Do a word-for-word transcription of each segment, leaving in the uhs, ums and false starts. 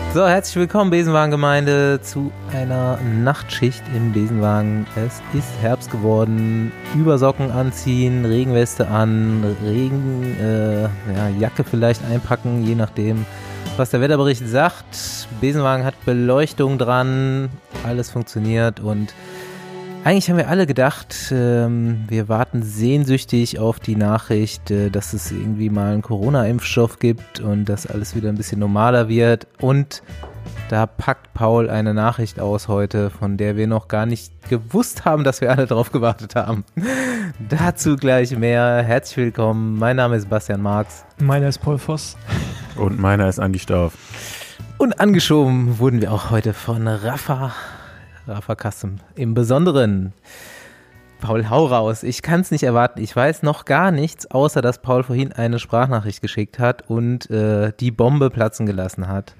So, herzlich willkommen Besenwagen-Gemeinde zu einer Nachtschicht im Besenwagen. Es ist Herbst geworden, Übersocken anziehen, Regenweste an, Regen, äh, ja, Jacke vielleicht einpacken, je nachdem, was der Wetterbericht sagt. Besenwagen hat Beleuchtung dran, alles funktioniert und eigentlich haben wir alle gedacht, ähm, wir warten sehnsüchtig auf die Nachricht, äh, dass es irgendwie mal einen Corona-Impfstoff gibt und dass alles wieder ein bisschen normaler wird. Und da packt Paul eine Nachricht aus heute, von der wir noch gar nicht gewusst haben, dass wir alle drauf gewartet haben. Dazu gleich mehr. Herzlich willkommen. Mein Name ist Bastian Marx. Meiner ist Paul Voss. Und meiner ist Andi Stauf. Und angeschoben wurden wir auch heute von Rafa. Rafa Custom im Besonderen. Paul, hau raus. Ich kann es nicht erwarten. Ich weiß noch gar nichts, außer dass Paul vorhin eine Sprachnachricht geschickt hat und äh, die Bombe platzen gelassen hat.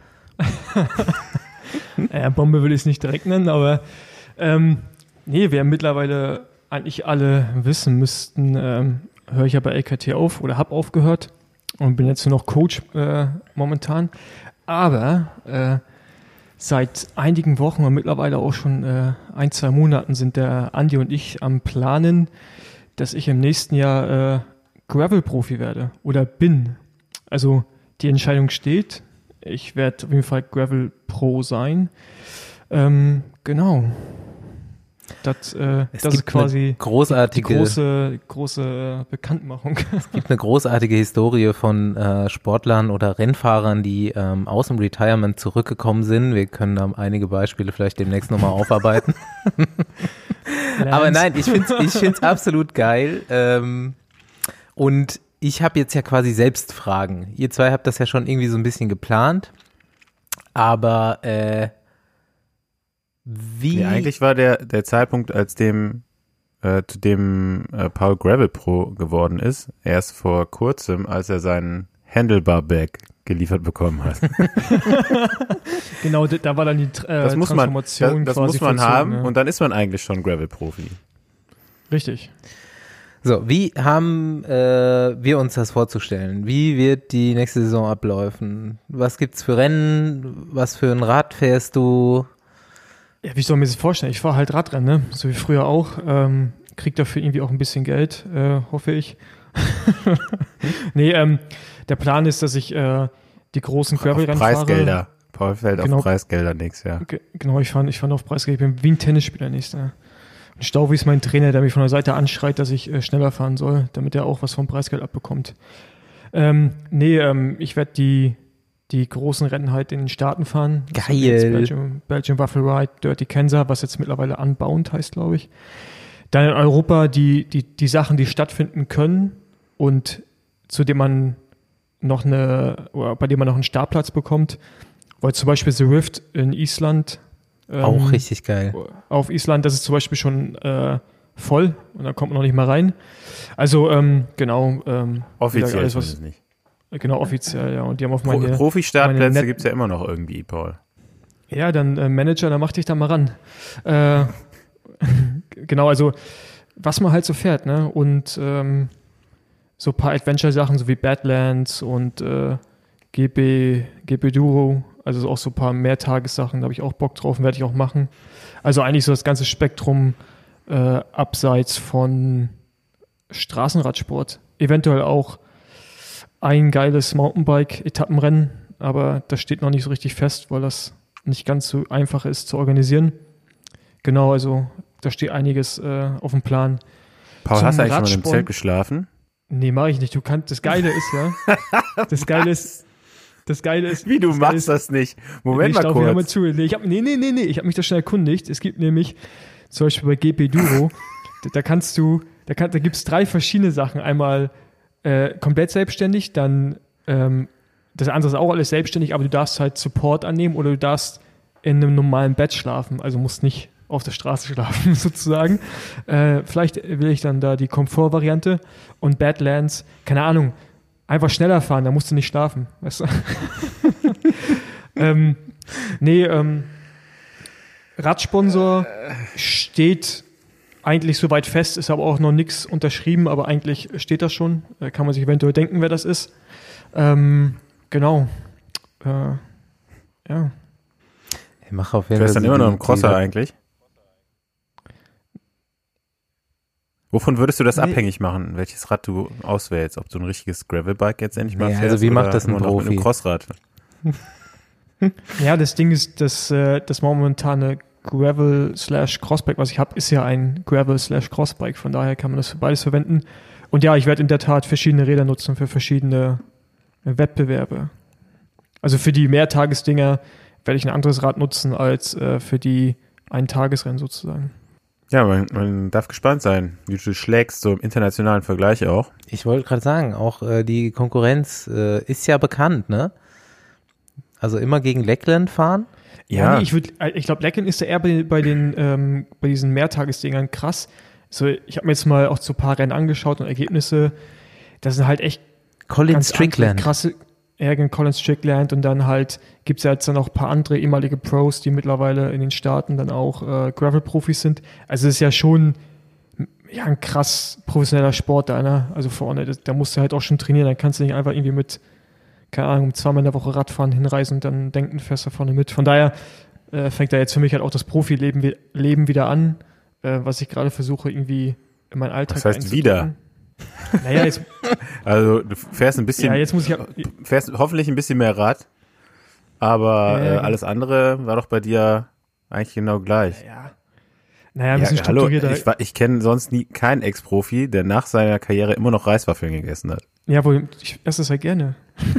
Ja, Bombe will ich es nicht direkt nennen, aber ähm, nee, wir mittlerweile eigentlich alle wissen müssten, ähm, höre ich ja bei L K T auf oder habe aufgehört und bin jetzt nur noch Coach äh, momentan. Aber äh, seit einigen Wochen und mittlerweile auch schon äh, ein, zwei Monaten sind der Andi und ich am Planen, dass ich im nächsten Jahr äh, Gravel-Profi werde oder bin. Also die Entscheidung steht. Ich werde auf jeden Fall Gravel-Pro sein. Ähm, genau. Das, äh, das ist quasi großartige, die große, große Bekanntmachung. Es gibt eine großartige Historie von äh, Sportlern oder Rennfahrern, die ähm, aus dem Retirement zurückgekommen sind. Wir können da einige Beispiele vielleicht demnächst nochmal aufarbeiten. Aber nein, ich finde es ich find's absolut geil. Ähm, und ich habe jetzt ja quasi selbst Fragen. Ihr zwei habt das ja schon irgendwie so ein bisschen geplant. Aber äh, Wie? Nee, eigentlich war der, der Zeitpunkt, als dem, äh, zu dem äh, Paul Gravel Pro geworden ist, erst vor kurzem, als er seinen Handlebar-Bag geliefert bekommen hat. Genau, da war dann die äh, das muss Transformation man, das, das quasi muss man vollzogen, haben ja. Und dann ist man eigentlich schon Gravel-Profi. Richtig. So, wie haben äh, wir uns das vorzustellen? Wie wird die nächste Saison ablaufen? Was gibt's für Rennen? Was für ein Rad fährst du? Ja, wie soll man mir das vorstellen? Ich fahre halt Radrennen, ne? So wie früher auch. Ähm, krieg dafür irgendwie auch ein bisschen Geld, äh, hoffe ich. nee, ähm, der Plan ist, dass ich äh, die großen Gravel-Rennen fahre. Preisgelder. Paul fällt genau, auf Preisgelder nächstes Jahr. G- genau, ich fahre ich fahr auf Preisgelder. Ich bin wie ein Tennisspieler nächstes Jahr. Und Stauvi ist mein Trainer, der mich von der Seite anschreit, dass ich äh, schneller fahren soll, damit er auch was vom Preisgeld abbekommt. Ähm, nee, ähm, ich werde die die großen Rennen halt in den Staaten fahren. Geil. Belgium, Belgium Waffle Ride, Dirty Kansas, was jetzt mittlerweile Unbound heißt, glaube ich. Dann in Europa die, die, die Sachen, die stattfinden können und zu dem man noch eine, oder bei dem man noch einen Startplatz bekommt, weil zum Beispiel The Rift in Island. Ähm, Auch richtig geil. Auf Island, das ist zum Beispiel schon äh, voll und da kommt man noch nicht mal rein. Also, ähm, genau. Ähm, Offiziell alles, ist es nicht. Genau, offiziell, ja. Und die haben auf meine... Pro- Profi-Startplätze meine gibt es ja immer noch irgendwie, Paul. Ja, dann äh, Manager, dann mach dich da mal ran. Äh, genau, also was man halt so fährt, ne? Und ähm, so ein paar Adventure-Sachen, so wie Badlands und äh, G B, G B Duro, also auch so ein paar Mehrtagessachen, da habe ich auch Bock drauf und werde ich auch machen. Also eigentlich so das ganze Spektrum äh, abseits von Straßenradsport. Eventuell auch ein geiles Mountainbike-Etappenrennen, aber das steht noch nicht so richtig fest, weil das nicht ganz so einfach ist zu organisieren. Genau, also da steht einiges äh, auf dem Plan. Paul, Zum hast du eigentlich schon mal im Radsport- Zelt geschlafen? Nee, mache ich nicht. Du kannst, das Geile ist ja, das Geile ist, das Geile ist, Wie, du das Geile machst das nicht? Moment nee, mal Stauf, hör mal kurz. zu. Nee, ich hab, nee, nee, nee, nee, ich habe mich da schnell erkundigt. Es gibt nämlich zum Beispiel bei G P Duro, da, da kannst du, da, kann, da gibt es drei verschiedene Sachen. Einmal äh, komplett selbstständig, dann ähm, das andere ist auch alles selbstständig, aber du darfst halt Support annehmen oder du darfst in einem normalen Bett schlafen, also musst nicht auf der Straße schlafen sozusagen. Äh, vielleicht will ich dann da die Komfortvariante und Badlands, keine Ahnung, einfach schneller fahren, da musst du nicht schlafen, weißt du? ähm, nee, ähm, Radsponsor steht eigentlich soweit fest, ist aber auch noch nichts unterschrieben, aber eigentlich steht das schon. Da kann man sich eventuell denken, wer das ist. Ähm, genau. Äh, ja. Ich mache auf jeden Du Fall. fährst dann so immer die- noch im Crosser die- eigentlich? Wovon würdest du das Nee. abhängig machen, welches Rad du auswählst? Ob du ein richtiges Gravelbike jetzt endlich mal Nee, fährst also wie oder macht das ein nur noch mit einem Profi? Crossrad? Ja, das Ding ist, dass äh, das momentane Gravel slash Crossbike, was ich habe, ist ja ein Gravel slash Crossbike. Von daher kann man das für beides verwenden. Und ja, ich werde in der Tat verschiedene Räder nutzen für verschiedene äh, Wettbewerbe. Also für die Mehrtagesdinger werde ich ein anderes Rad nutzen als äh, für die Eintagesrennen sozusagen. Ja, man, man darf gespannt sein, wie du schlägst, so im internationalen Vergleich auch. Ich wollte gerade sagen, auch äh, die Konkurrenz äh, ist ja bekannt, ne? Also immer gegen Leckland fahren. Ja, Ja. nee, ich würde, ich glaube, Lecken ist ja eher bei, bei den, ähm, bei diesen Mehrtagesdingern krass. So, ich habe mir jetzt mal auch so ein paar Rennen angeschaut und Ergebnisse. Das sind halt echt Colin ganz Strickland. andere, krasse, ja, gegen Colin Strickland und dann halt gibt's ja jetzt dann auch ein paar andere ehemalige Pros, die mittlerweile in den Staaten dann auch äh, Gravel-Profis sind. Also es ist ja schon ja, ein krass professioneller Sport da, ne? Also vorne, das, da musst du halt auch schon trainieren, dann kannst du nicht einfach irgendwie mit, keine Ahnung, zweimal in der Woche Radfahren hinreisen und dann denken du fest da vorne mit. Von daher äh, fängt da jetzt für mich halt auch das Profileben wi- Leben wieder an, äh, was ich gerade versuche irgendwie in meinen Alltag Das heißt einzudrücken. wieder? Naja, jetzt, Also du fährst ein bisschen, ja, jetzt muss ich ja, fährst hoffentlich ein bisschen mehr Rad, aber Ja, äh, ja. alles andere war doch bei dir eigentlich genau gleich. ja, naja, ein bisschen Ja, hallo, strukturierter. ich, war- ich kenne sonst nie keinen Ex-Profi, der nach seiner Karriere immer noch Reiswaffeln gegessen hat. Ja, wohl, ich esse das halt gerne.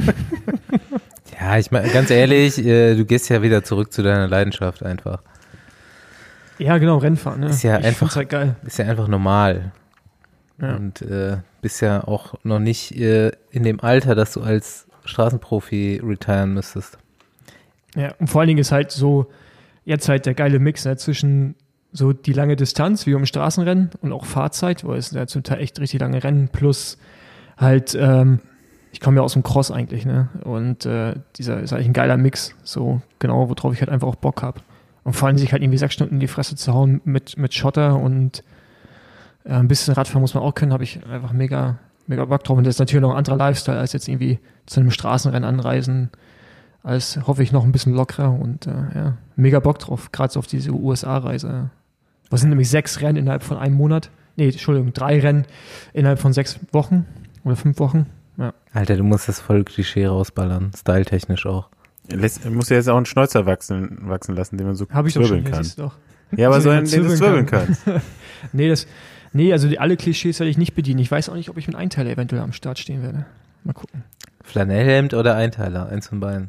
Ja, ich meine, ganz ehrlich, äh, du gehst ja wieder zurück zu deiner Leidenschaft einfach. Ja, genau, Rennfahren. Ne? Ist ja ich einfach- find's halt geil. Ist ja einfach normal. Ja. Und äh, bist ja auch noch nicht äh, in dem Alter, dass du als Straßenprofi retiren müsstest. Ja, und vor allen Dingen ist halt so jetzt halt der geile Mix ne, zwischen so die lange Distanz wie um Straßenrennen und auch Fahrzeit, weil es sind ja zum Teil echt richtig lange Rennen, plus halt, ähm, ich komme ja aus dem Cross eigentlich, ne? Und äh, dieser ist eigentlich ein geiler Mix, so genau, worauf ich halt einfach auch Bock habe. Und vor allem sich halt irgendwie sechs Stunden in die Fresse zu hauen mit, mit Schotter und äh, ein bisschen Radfahren muss man auch können, habe ich einfach mega, mega Bock drauf. Und das ist natürlich noch ein anderer Lifestyle als jetzt irgendwie zu einem Straßenrennen anreisen. Alles hoffe ich noch ein bisschen lockerer und äh, ja, mega Bock drauf, gerade so auf diese U S A-Reise. Das sind nämlich sechs Rennen innerhalb von einem Monat. Nee, Entschuldigung, drei Rennen innerhalb von sechs Wochen oder fünf Wochen. Ja. Alter, du musst das voll Klischee rausballern, styletechnisch auch. Lässt, muss ja jetzt auch einen Schnäuzer wachsen, wachsen lassen, den man so Habe ich doch schon, zwirbeln hier kann. siehst du doch. Ja, aber Also, so den einen, man den du zwirbeln zwirbeln kann. kannst. Nee, das, nee, also die, alle Klischees werde ich nicht bedienen. Ich weiß auch nicht, ob ich mit Einteiler eventuell am Start stehen werde. Mal gucken. Flanellhemd oder Einteiler, eins von beiden.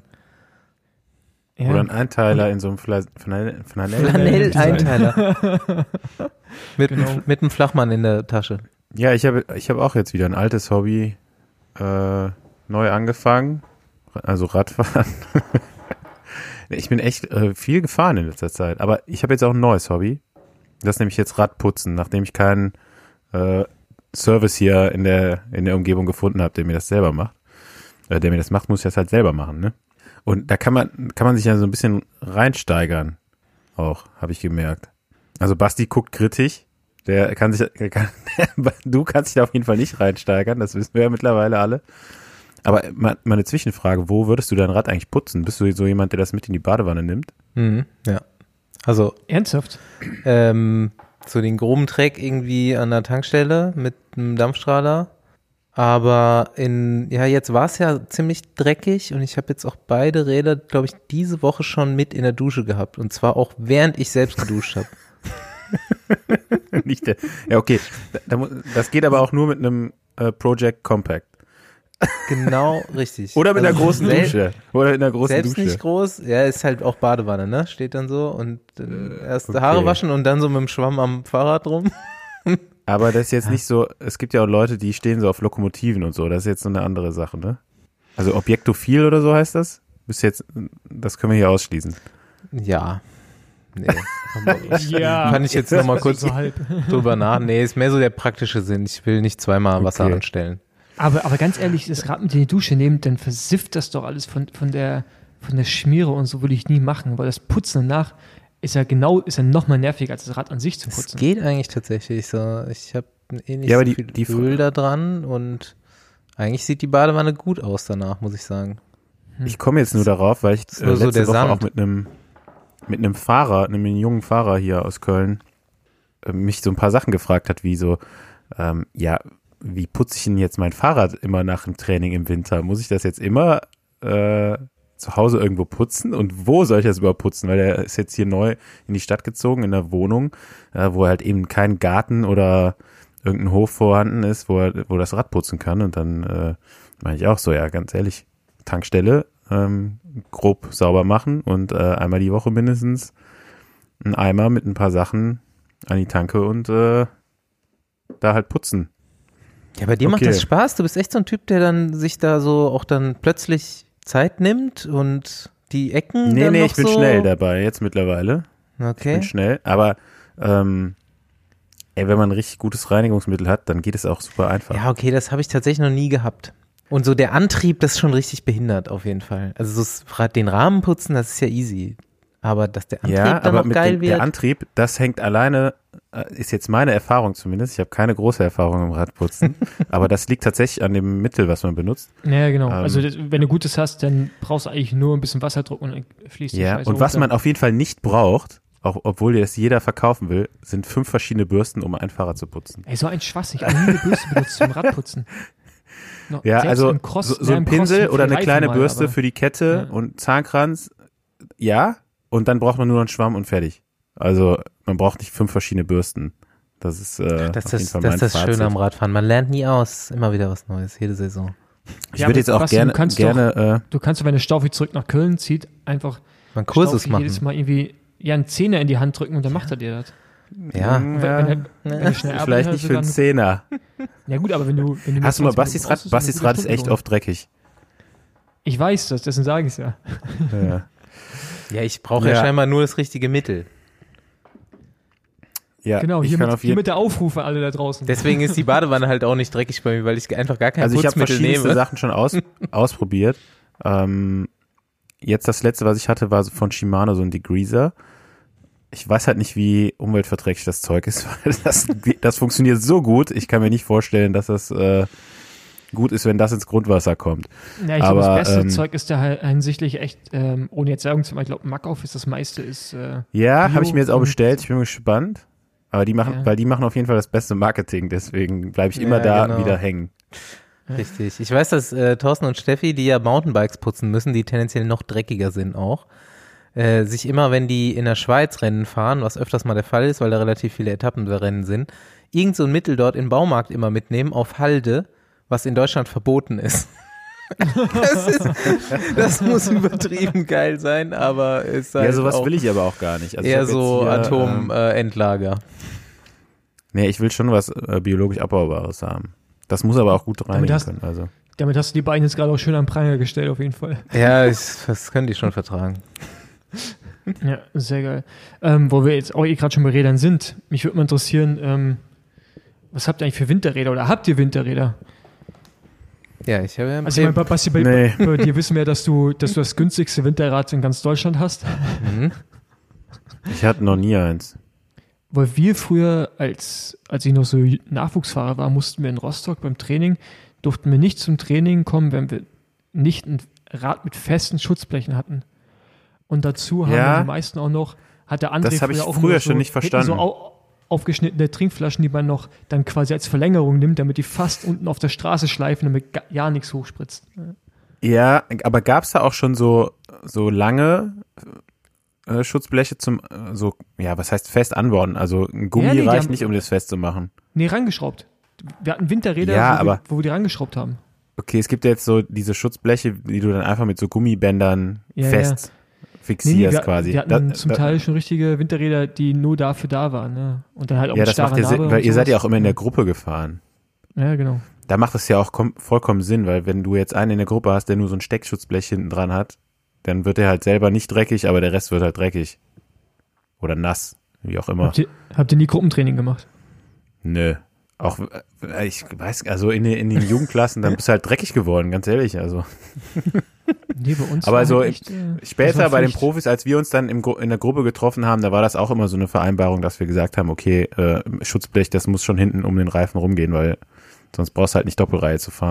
Ja. Oder ein Einteiler in so einem Fla Flanell, Flanell, Flanell-Einteiler. mit, Genau. einem- mit einem Flachmann in der Tasche. Ja, ich habe ich hab auch jetzt wieder ein altes Hobby äh, neu angefangen. Also Radfahren. Ich bin echt äh, viel gefahren in letzter Zeit. Aber ich habe jetzt auch ein neues Hobby. Das ist nämlich jetzt Radputzen, nachdem ich keinen äh, Service hier in der, in der Umgebung gefunden habe, der mir das selber macht. Äh, der mir das macht, muss ich das halt selber machen, ne? Und da kann man, kann man sich ja so ein bisschen reinsteigern. Auch, habe ich gemerkt. Also Basti guckt kritisch. Der kann sich, der kann, du kannst dich da auf jeden Fall nicht reinsteigern, das wissen wir ja mittlerweile alle. Aber mal, mal eine Zwischenfrage, wo würdest du dein Rad eigentlich putzen? Bist du so jemand, der das mit in die Badewanne nimmt? Mhm, ja. Also, Ernsthaft? ähm, so den groben Dreck irgendwie an der Tankstelle mit einem Dampfstrahler. Aber in, ja, jetzt war es ja ziemlich dreckig und ich habe jetzt auch beide Räder, glaube ich, diese Woche schon mit in der Dusche gehabt. Und zwar auch während ich selbst geduscht habe. Nicht der, ja, okay. Da, da, mu- das geht aber auch nur mit einem äh, Project Compact. Genau, richtig. Oder mit Also einer großen sel- Dusche. Oder in einer großen Selbst Dusche. nicht groß, ja, ist halt auch Badewanne, ne? Steht dann so und äh, erst okay. Haare waschen und dann so mit dem Schwamm am Fahrrad rum. Aber das ist jetzt nicht so, es gibt ja auch Leute, die stehen so auf Lokomotiven und so. Das ist jetzt so eine andere Sache, ne? Also Objektophil oder so heißt das? Bis jetzt, das können wir hier ausschließen. Ja. Nee. Aber ich- Ja. Kann ich jetzt nochmal kurz So halb. drüber nach? Nee, ist mehr so der praktische Sinn. Ich will nicht zweimal Wasser Okay. anstellen. Aber, aber ganz ehrlich, das Rad mit in die Dusche nehmen, dann versifft das doch alles von, von, der, von der Schmiere und so würde ich nie machen, weil das Putzen danach ist ja genau, ist ja noch mal nerviger als das Rad an sich zu Es putzen. geht eigentlich tatsächlich so. Ich habe eh nicht Ja, aber so die- viel die- Öl da dran und eigentlich sieht die Badewanne gut aus danach, muss ich sagen. ich komme jetzt nur darauf, weil ich äh, Nur so letzte der Woche Sand. auch mit einem mit einem Fahrer, einem jungen Fahrer hier aus Köln, äh, mich so ein paar Sachen gefragt hat, wie so, ähm, ja, wie putze ich denn jetzt mein Fahrrad immer nach dem Training im Winter? Muss ich das jetzt immer äh, zu Hause irgendwo putzen? Und wo soll ich das überhaupt putzen? Weil er ist jetzt hier neu in die Stadt gezogen, in der Wohnung, äh, wo halt eben kein Garten oder irgendein Hof vorhanden ist, wo er wo das Rad putzen kann. Und dann äh, meine ich auch so, ja, ganz ehrlich, Tankstelle, ähm, grob sauber machen und äh, einmal die Woche mindestens einen Eimer mit ein paar Sachen an die Tanke und äh, da halt putzen. Ja, bei dir macht Okay. das Spaß. Du bist echt so ein Typ, der dann sich da so auch dann plötzlich Zeit nimmt und die Ecken Nee, dann nee, noch ich bin so. schnell dabei jetzt mittlerweile. Ich Okay. bin schnell, aber ähm, ey, wenn man ein richtig gutes Reinigungsmittel hat, dann geht es auch super einfach. Ja, okay, das habe ich tatsächlich noch nie gehabt. Und so der Antrieb, das ist schon richtig behindert auf jeden Fall. Also so s- den Rahmen putzen, das ist ja easy. Aber dass der Antrieb Ja, dann aber noch mit geil dem, wird. der Antrieb, das hängt alleine, äh, ist jetzt meine Erfahrung zumindest, ich habe keine große Erfahrung im Radputzen, aber das liegt tatsächlich an dem Mittel, was man benutzt. Ja, genau. Ähm, also das, wenn du Gutes hast, dann brauchst du eigentlich nur ein bisschen Wasserdruck und dann fließt die Ja, Scheiße und was runter. man auf jeden Fall nicht braucht, auch obwohl dir das jeder verkaufen will, sind fünf verschiedene Bürsten, um ein Fahrrad zu putzen. Ey, so ein Schwachsinn. Ich habe nie eine Bürste benutzt zum Radputzen. Noch, Ja, selbst also im Cross, so, ja, so ein im Cross Pinsel für oder eine Reifen kleine mal, Bürste aber- für die Kette Ja. und Zahnkranz, ja, und dann braucht man nur noch einen Schwamm und fertig. Also man braucht nicht fünf verschiedene Bürsten. Das ist äh, Das auf jeden ist Fall das, mein ist das Fazit. Schöne am Radfahren. Man lernt nie aus. Immer wieder was Neues, jede Saison. Ich Ja, würde aber jetzt auch Basti, gerne, du kannst gerne äh, Du kannst, wenn der Staufi zurück nach Köln zieht, einfach Man Kursus Staufi machen. jedes Mal irgendwie ja, einen Zehner in die Hand drücken und dann macht er dir das. Ja. Mm, Und wenn, ja, wenn, er, wenn er schnell vielleicht arbeitet, nicht für einen dann, Zehner. ja gut, aber wenn du, wenn du Hast du mal zwanzig Bastis Minuten Rad? brauchst, Bastis eine Rad gute ist echt Stundenlohn. oft dreckig. Ich weiß das, deswegen sage ich es ja. Ja. Ja, ich brauche ja. Ja. scheinbar nur das richtige Mittel. Ja, Genau, ich hier kann mit, auf hier jeden mit der Aufrufe alle da draußen. Deswegen ist die Badewanne halt auch nicht dreckig bei mir, weil ich einfach gar kein Also ich habe Putzmittel verschiedenste nehme. Sachen schon aus, ausprobiert. Ähm, jetzt das letzte, was ich hatte, war so von Shimano so ein Degreaser. Ich weiß halt nicht, wie umweltverträglich das Zeug ist, weil das, das funktioniert so gut. Ich kann mir nicht vorstellen, dass das äh, gut ist, wenn das ins Grundwasser kommt. Ja, ich glaube, aber, das beste ähm, Zeug ist da halt hinsichtlich echt, ähm, ohne jetzt sagen zu wollen, ich glaube, Mackauf ist das meiste, ist äh, Ja, Bio habe ich mir jetzt auch und- bestellt. Ich bin gespannt. Aber die machen, Ja. weil die machen auf jeden Fall das beste Marketing. Deswegen bleibe ich immer Ja, da genau. wieder hängen. Richtig. Ich weiß, dass äh, Thorsten und Steffi, die ja Mountainbikes putzen müssen, die tendenziell noch dreckiger sind auch, äh, sich immer, wenn die in der Schweiz Rennen fahren, was öfters mal der Fall ist, weil da relativ viele Etappenrennen sind, irgend so ein Mittel dort im Baumarkt immer mitnehmen auf Halde, was in Deutschland verboten ist. das, ist das muss übertrieben geil sein, aber ist halt Ja, sowas auch will ich aber auch gar nicht. Also ich eher hab jetzt so hier, ähm, Atom-Endlager. Nee, ich will schon was äh, biologisch Abbaubares haben. Das muss aber auch gut Damit reinigen hast- können. Also. damit hast du die beiden jetzt gerade auch schön am Pranger gestellt, auf jeden Fall. Ja, ich, das können die schon vertragen. Ja, sehr geil. Ähm, wo wir jetzt auch eh gerade schon bei Rädern sind, mich würde mal interessieren, ähm, was habt ihr eigentlich für Winterräder oder habt ihr Winterräder? Ja, ich habe ja im Also ich meine, bei, Basti, bei, Nee. bei dir wissen wir ja, dass du, dass du das günstigste Winterrad in ganz Deutschland hast. Mhm. Ich hatte noch nie eins. Weil wir früher, als, als ich noch so Nachwuchsfahrer war, mussten wir in Rostock beim Training, durften wir nicht zum Training kommen, wenn wir nicht ein Rad mit festen Schutzblechen hatten. Und dazu haben Ja. die meisten auch noch, hat der André Das habe ich auch früher immer schon so, nicht hinten verstanden. so au, aufgeschnittene Trinkflaschen, die man noch dann quasi als Verlängerung nimmt, damit die fast unten auf der Straße schleifen, damit ga, ja nichts hochspritzt. Ja, aber gab es da auch schon so, so lange äh, Schutzbleche zum, äh, so, ja, was heißt fest anbauen? Also ein Gummi Ja, nee, die reicht haben- nicht, um das festzumachen. Nee, rangeschraubt. Wir hatten Winterräder, Ja, wo, aber- wir, wo wir die rangeschraubt haben. Okay, es gibt ja jetzt so diese Schutzbleche, die du dann einfach mit so Gummibändern Ja, fest Nee, fixierst nee, wir, quasi. wir hatten Da- zum da- Teil schon richtige Winterräder, die nur dafür da waren. Ne? Und dann halt auch Ja, mit das macht starrer ja Sinn, Narbe weil und ihr seid ja auch sowas. immer in der Gruppe gefahren. Ja, genau. Da macht es ja auch kom- vollkommen Sinn, weil wenn du jetzt einen in der Gruppe hast, der nur so ein Steckschutzblech hinten dran hat, dann wird er halt selber nicht dreckig, aber der Rest wird halt dreckig. Oder nass, wie auch immer. Habt ihr, habt ihr nie Gruppentraining gemacht? Nö. Auch, äh, ich weiß, also in, den- in den Jugendklassen, dann bist du halt dreckig geworden, ganz ehrlich. Also Nee, bei uns Aber war so halt echt, äh, das später war bei den Pflicht. Profis, als wir uns dann im, Gru- in der Gruppe getroffen haben, da war das auch immer so eine Vereinbarung, dass wir gesagt haben, okay, äh, Schutzblech, das muss schon hinten um den Reifen rumgehen, weil sonst brauchst du halt nicht Doppelreihe zu fahren. Ne?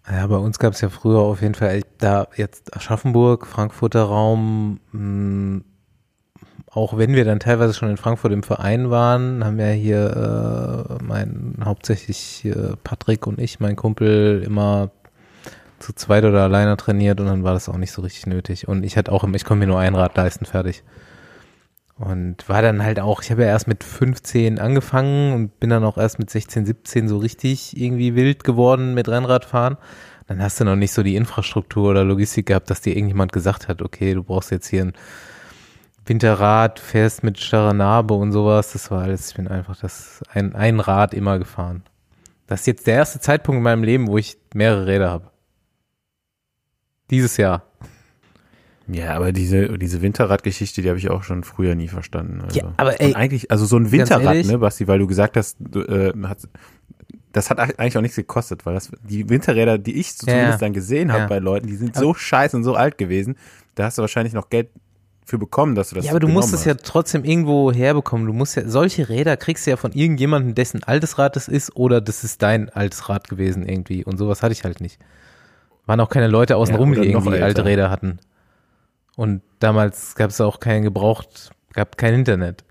Ja, bei uns gab es ja früher auf jeden Fall da jetzt Aschaffenburg, Frankfurter Raum, mh, auch wenn wir dann teilweise schon in Frankfurt im Verein waren, haben ja hier äh, mein hauptsächlich äh, Patrick und ich, mein Kumpel, immer zu zweit oder alleine trainiert und dann war das auch nicht so richtig nötig. Und ich hatte auch immer, ich konnte mir nur ein Rad leisten, fertig. Und war dann halt auch, ich habe ja erst mit fünfzehn angefangen und bin dann auch erst mit sechzehn, siebzehn so richtig irgendwie wild geworden mit Rennradfahren. Dann hast du noch nicht so die Infrastruktur oder Logistik gehabt, dass dir irgendjemand gesagt hat, okay, du brauchst jetzt hier ein Winterrad, fährst mit starrer Narbe und sowas. Das war alles, ich bin einfach das ein, ein Rad immer gefahren. Das ist jetzt der erste Zeitpunkt in meinem Leben, wo ich mehrere Räder habe. Dieses Jahr. Ja, aber diese, diese Winterradgeschichte, die habe ich auch schon früher nie verstanden. Also. Ja, aber ey, und eigentlich, also so ein Winterrad, ehrlich, ne, Basti, weil du gesagt hast, du, äh, hat, das hat eigentlich auch nichts gekostet, weil das, die Winterräder, die ich so Ja, zumindest dann gesehen habe ja. bei Leuten, die sind so scheiße und so alt gewesen, da hast du wahrscheinlich noch Geld für bekommen, dass du das ja, aber du musst es hast. ja trotzdem irgendwo herbekommen. Du musst ja, solche Räder kriegst du ja von irgendjemandem, dessen altes Rad das ist oder das ist dein altes Rad gewesen irgendwie. Und sowas hatte ich halt nicht. Waren auch keine Leute außenrum, Ja, die oder noch irgendwie älter. alte Räder hatten. Und damals gab es auch keinen gebraucht, gab kein Internet.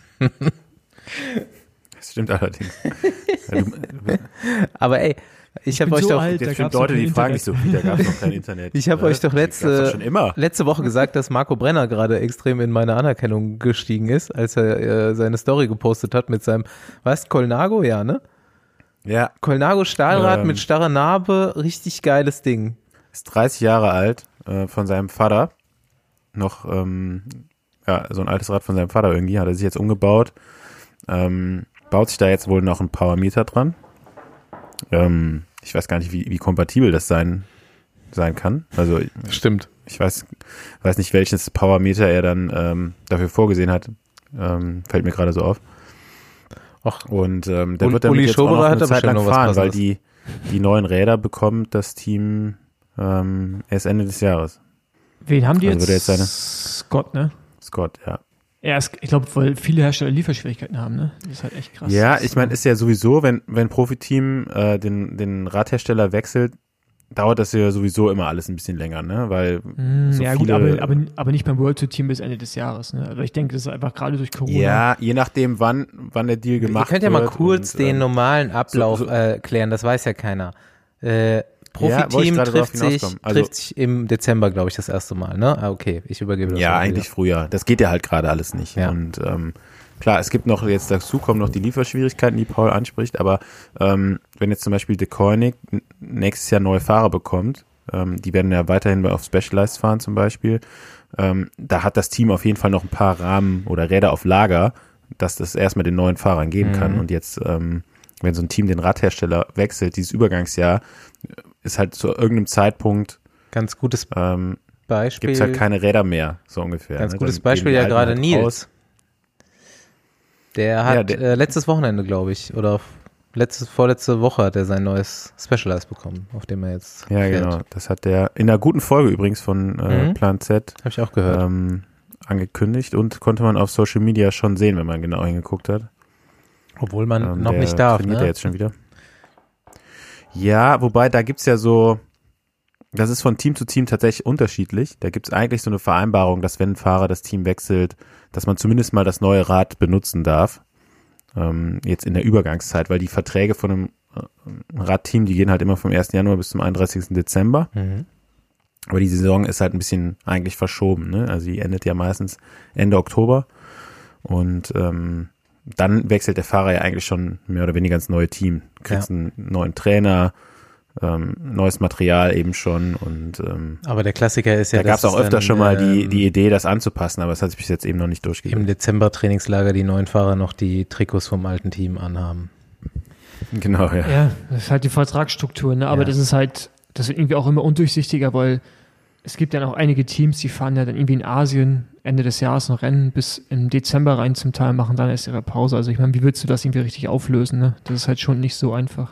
Das stimmt allerdings. Ja, du, Aber ey, ich habe bin euch so doch, alt. es da gibt gab's Leute, noch die kein fragen sich Internet. so, wie, da gab es noch kein Internet. ich habe Ne? euch doch Die gab's letzte, doch schon immer. letzte Woche gesagt, dass Marco Brenner gerade extrem in meine Anerkennung gestiegen ist, als er äh, seine Story gepostet hat mit seinem, was, Colnago? Ja, ne? Ja, Colnago Stahlrad Ähm. mit starrer Narbe, richtig geiles Ding. ist dreißig Jahre alt, äh, von seinem Vater. Noch, ähm, ja, so ein altes Rad von seinem Vater irgendwie, hat er sich jetzt umgebaut. Ähm, baut sich da jetzt wohl noch ein Powermeter dran. Ähm, ich weiß gar nicht, wie, wie kompatibel das sein, sein kann. Also Stimmt. ich weiß, weiß nicht, welches Powermeter er dann ähm, dafür vorgesehen hat. Ähm, fällt mir gerade so auf. Ach, Und ähm, der Uli- wird damit Uli jetzt auch noch Schoberer hat eine da Zeit bestimmt lang noch was fahren, weil Passendes. die, die neuen Räder bekommt das Team ähm, erst Ende des Jahres. Wen haben die Also jetzt? würde jetzt seine- Scott, ne? Scott, ja. Ja, es, ich glaube, weil viele Hersteller Lieferschwierigkeiten haben, ne? Das ist halt echt krass. Ja, Das ich meine, ist ja sowieso, wenn wenn ein Profiteam äh, den den Radhersteller wechselt, dauert das ja sowieso immer alles ein bisschen länger, ne? Weil Hm, so ja gut, viele, aber, aber, aber nicht beim World Tour Team bis Ende des Jahres, ne? Also ich denke, das ist einfach gerade durch Corona. ja, je nachdem, wann wann der Deal gemacht Ihr wird. könnt ja mal kurz und, den ähm, normalen Ablauf so- so- äh, klären, das weiß ja keiner. Äh, Ja, wollte ich Profiteam gerade drauf trifft, sich, hinauskommen. Also- trifft sich im Dezember, glaube ich, das erste Mal, ne? Ah, okay, ich übergebe das. Ja, auch eigentlich früher. Das geht ja halt gerade alles nicht. Ja. Und ähm, klar, es gibt noch, jetzt dazu kommen noch die Lieferschwierigkeiten, die Paul anspricht, aber ähm, wenn jetzt zum Beispiel De Koenig n- nächstes Jahr neue Fahrer bekommt, ähm, die werden ja weiterhin auf Specialized fahren zum Beispiel, ähm, da hat das Team auf jeden Fall noch ein paar Rahmen oder Räder auf Lager, dass das erstmal den neuen Fahrern geben Mhm. kann. Und jetzt, ähm, wenn so ein Team den Radhersteller wechselt, dieses Übergangsjahr, ist halt zu irgendeinem Zeitpunkt Ganz gutes ähm, Beispiel. gibt es halt keine Räder mehr, so ungefähr. Ganz ne? gutes Dann Beispiel gehen die ja alten gerade halt Nils. raus. Der hat Ja, der- äh, letztes Wochenende, glaube ich, oder letzte, vorletzte Woche hat er sein neues Specialized bekommen, auf dem er jetzt Ja, fährt. genau. Das hat der in einer guten Folge übrigens von äh, Mhm. Plan Z Habe ich auch gehört. ähm, angekündigt und konnte man auf Social Media schon sehen, wenn man genau hingeguckt hat. Obwohl man Ähm, noch der nicht darf, trainiert ne? er jetzt schon wieder. Ja, wobei da gibt's ja so, das ist von Team zu Team tatsächlich unterschiedlich. Da gibt's eigentlich so eine Vereinbarung, dass wenn ein Fahrer das Team wechselt, dass man zumindest mal das neue Rad benutzen darf. Ähm, jetzt in der Übergangszeit, weil die Verträge von einem äh, Radteam, die gehen halt immer vom ersten Januar bis zum einunddreißigsten Dezember. Mhm. Aber die Saison ist halt ein bisschen eigentlich verschoben, ne? Also die endet ja meistens Ende Oktober. Und ähm, dann wechselt der Fahrer ja eigentlich schon mehr oder weniger ins neue Team. Kriegst Ja. einen neuen Trainer, ähm, neues Material eben schon. Und ähm, Aber der Klassiker ist ja, da gab es dass auch öfter dann, schon mal die, ähm, die Idee, das anzupassen, aber es hat sich bis jetzt eben noch nicht im durchgesetzt. Dezember-Trainingslager die neuen Fahrer noch die Trikots vom alten Team anhaben. Genau, ja. Ja, das ist halt die Vertragsstruktur, ne? Aber Ja. das ist halt, das wird irgendwie auch immer undurchsichtiger, weil es gibt ja noch einige Teams, die fahren ja dann irgendwie in Asien Ende des Jahres noch Rennen bis im Dezember rein zum Teil, machen dann erst ihre Pause. Also ich meine, wie willst du das irgendwie richtig auflösen, ne? Das ist halt schon nicht so einfach.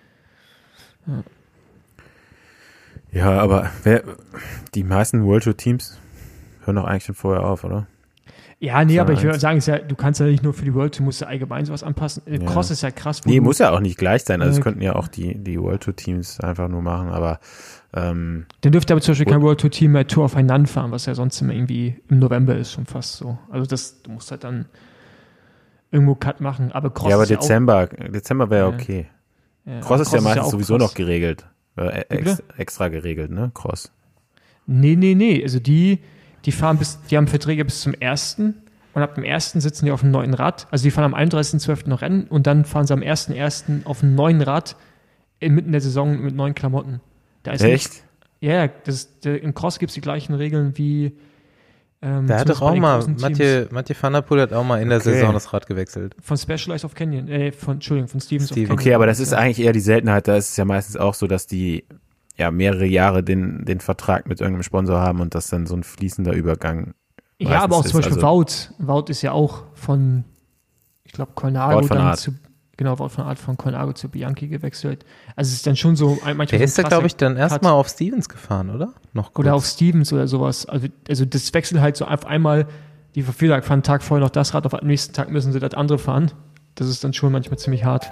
Ja, aber wer, die meisten World Tour Teams hören doch eigentlich schon vorher auf, oder? Ja, nee, aber ich würde eins. sagen, ist ja, du kannst ja nicht nur für die World Tour, musst du allgemein sowas anpassen. Ja. Cross ist ja krass. Nee, muss ja auch nicht gleich sein. Also es äh, könnten ja auch die, die World Tour Teams einfach nur machen, aber ähm, dann dürfte aber zum Beispiel kein World Tour Team mehr Tour of Hainan fahren, was ja sonst immer irgendwie im November ist, schon fast so. Also das, du musst halt dann irgendwo Cut machen. Aber Cross ja, aber ist Dezember, ja auch, Dezember wäre Ja. okay. ja, Cross ist ja meistens auch sowieso krass. noch geregelt. Äh, Wie ex, bitte? extra geregelt, ne? Cross. Nee, nee, nee. Also die, die fahren bis, die haben Verträge bis zum ersten und ab dem ersten sitzen die auf dem neuen Rad. Also die fahren am einunddreißigsten zwölften noch Rennen und dann fahren sie am ersten ersten auf dem neuen Rad inmitten der Saison mit neuen Klamotten. Da ist Echt? Nicht, ja, ja, das, der, im Cross gibt es die gleichen Regeln wie ähm, Der hat zumindest doch bei auch den mal, großen Teams. Mathieu, Mathieu van der Poel hat auch mal in der Okay. Saison das Rad gewechselt. Von Specialized of Canyon, äh, von, Entschuldigung, von Stevens Steven. of Canyon. Okay, aber das ist ja. eigentlich eher die Seltenheit. Da ist es ja meistens auch so, dass die ja mehrere Jahre den, den Vertrag mit irgendeinem Sponsor haben und das dann so ein fließender Übergang. Ja, aber auch meistens zum ist. Beispiel Also- Wout. Wout ist ja auch von, ich glaube, Colnago Wout van dann Aert. zu, genau, Wout von Art von Colnago zu Bianchi gewechselt. Also es ist dann schon so, ein- manchmal Der so ist da, ein glaube ich, dann krasser erstmal auf Stevens gefahren, oder? Noch kurz. Oder auf Stevens oder sowas. Also, also das wechselt halt so auf einmal, die Verführer fahren einen Tag vorher noch das Rad, auf am nächsten Tag müssen sie das andere fahren. Das ist dann schon manchmal ziemlich hart.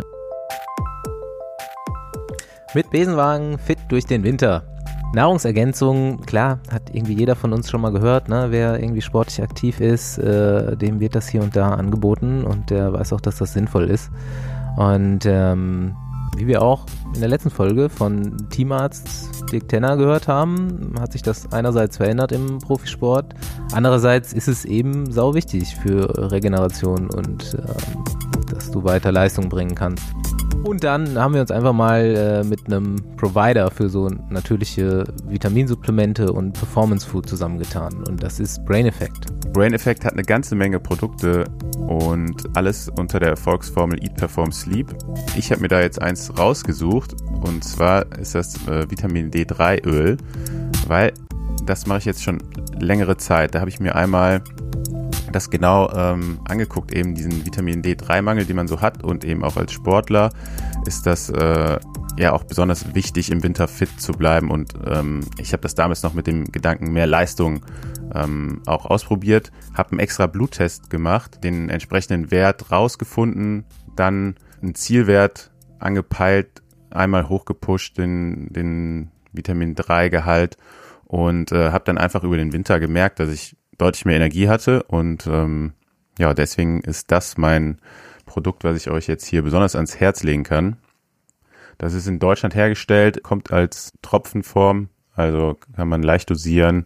Mit Besenwagen fit durch den Winter. Nahrungsergänzung, klar, hat irgendwie jeder von uns schon mal gehört, ne? Wer irgendwie sportlich aktiv ist, äh, dem wird das hier und da angeboten und der weiß auch, dass das sinnvoll ist. Und ähm, wie wir auch in der letzten Folge von Teamarzt Dirk Tenner gehört haben, hat sich das einerseits verändert im Profisport, andererseits ist es eben sau wichtig für Regeneration und ähm, dass du weiter Leistung bringen kannst. Und dann haben wir uns einfach mal äh, mit einem Provider für so natürliche Vitaminsupplemente und Performance Food zusammengetan. Und das ist Brain Effect. Brain Effect hat eine ganze Menge Produkte und alles unter der Erfolgsformel Eat, Perform, Sleep. Ich habe mir da jetzt eins rausgesucht und zwar ist das äh, Vitamin D drei Öl, weil das mache ich jetzt schon längere Zeit. Da habe ich mir einmal das genau ähm, angeguckt, eben diesen Vitamin D drei Mangel, den man so hat und eben auch als Sportler ist das äh, ja auch besonders wichtig, im Winter fit zu bleiben und ähm, ich habe das damals noch mit dem Gedanken mehr Leistung ähm, auch ausprobiert, habe einen extra Bluttest gemacht, den entsprechenden Wert rausgefunden, dann einen Zielwert angepeilt, einmal hochgepusht, den, den Vitamin drei Gehalt und äh, habe dann einfach über den Winter gemerkt, dass ich deutlich mehr Energie hatte und ähm, ja, deswegen ist das mein Produkt, was ich euch jetzt hier besonders ans Herz legen kann. Das ist in Deutschland hergestellt, kommt als Tropfenform, also kann man leicht dosieren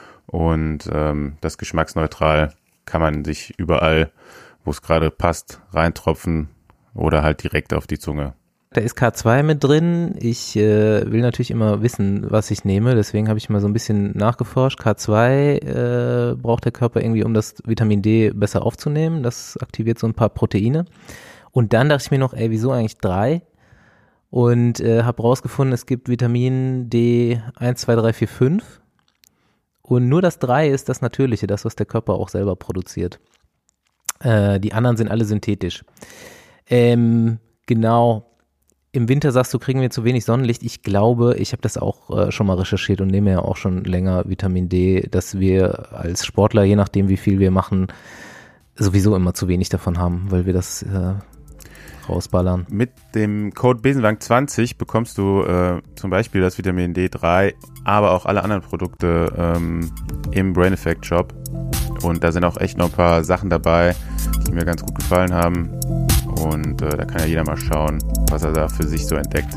und ähm, das geschmacksneutral kann man sich überall, wo es gerade passt, reintropfen oder halt direkt auf die Zunge. Da ist K zwei mit drin. Ich äh, will natürlich immer wissen, was ich nehme. Deswegen habe ich mal so ein bisschen nachgeforscht. K zwei äh, braucht der Körper irgendwie, um das Vitamin D besser aufzunehmen. Das aktiviert so ein paar Proteine. Und dann dachte ich mir noch, ey, wieso eigentlich drei? Und äh, habe rausgefunden, es gibt Vitamin D eins, zwei, drei, vier, fünf. Und nur das drei ist das Natürliche, das, was der Körper auch selber produziert. Äh, die anderen sind alle synthetisch. Ähm, genau. Im Winter sagst du, kriegen wir zu wenig Sonnenlicht. Ich glaube, ich habe das auch äh, schon mal recherchiert und nehme ja auch schon länger Vitamin D, dass wir als Sportler, je nachdem wie viel wir machen, sowieso immer zu wenig davon haben, weil wir das äh, rausballern. Mit dem Code Besenwagen zwanzig bekommst du äh, zum Beispiel das Vitamin D drei, aber auch alle anderen Produkte ähm, im Brain Effect Shop. Und da sind auch echt noch ein paar Sachen dabei, die mir ganz gut gefallen haben. Und äh, da kann ja jeder mal schauen, was er da für sich so entdeckt.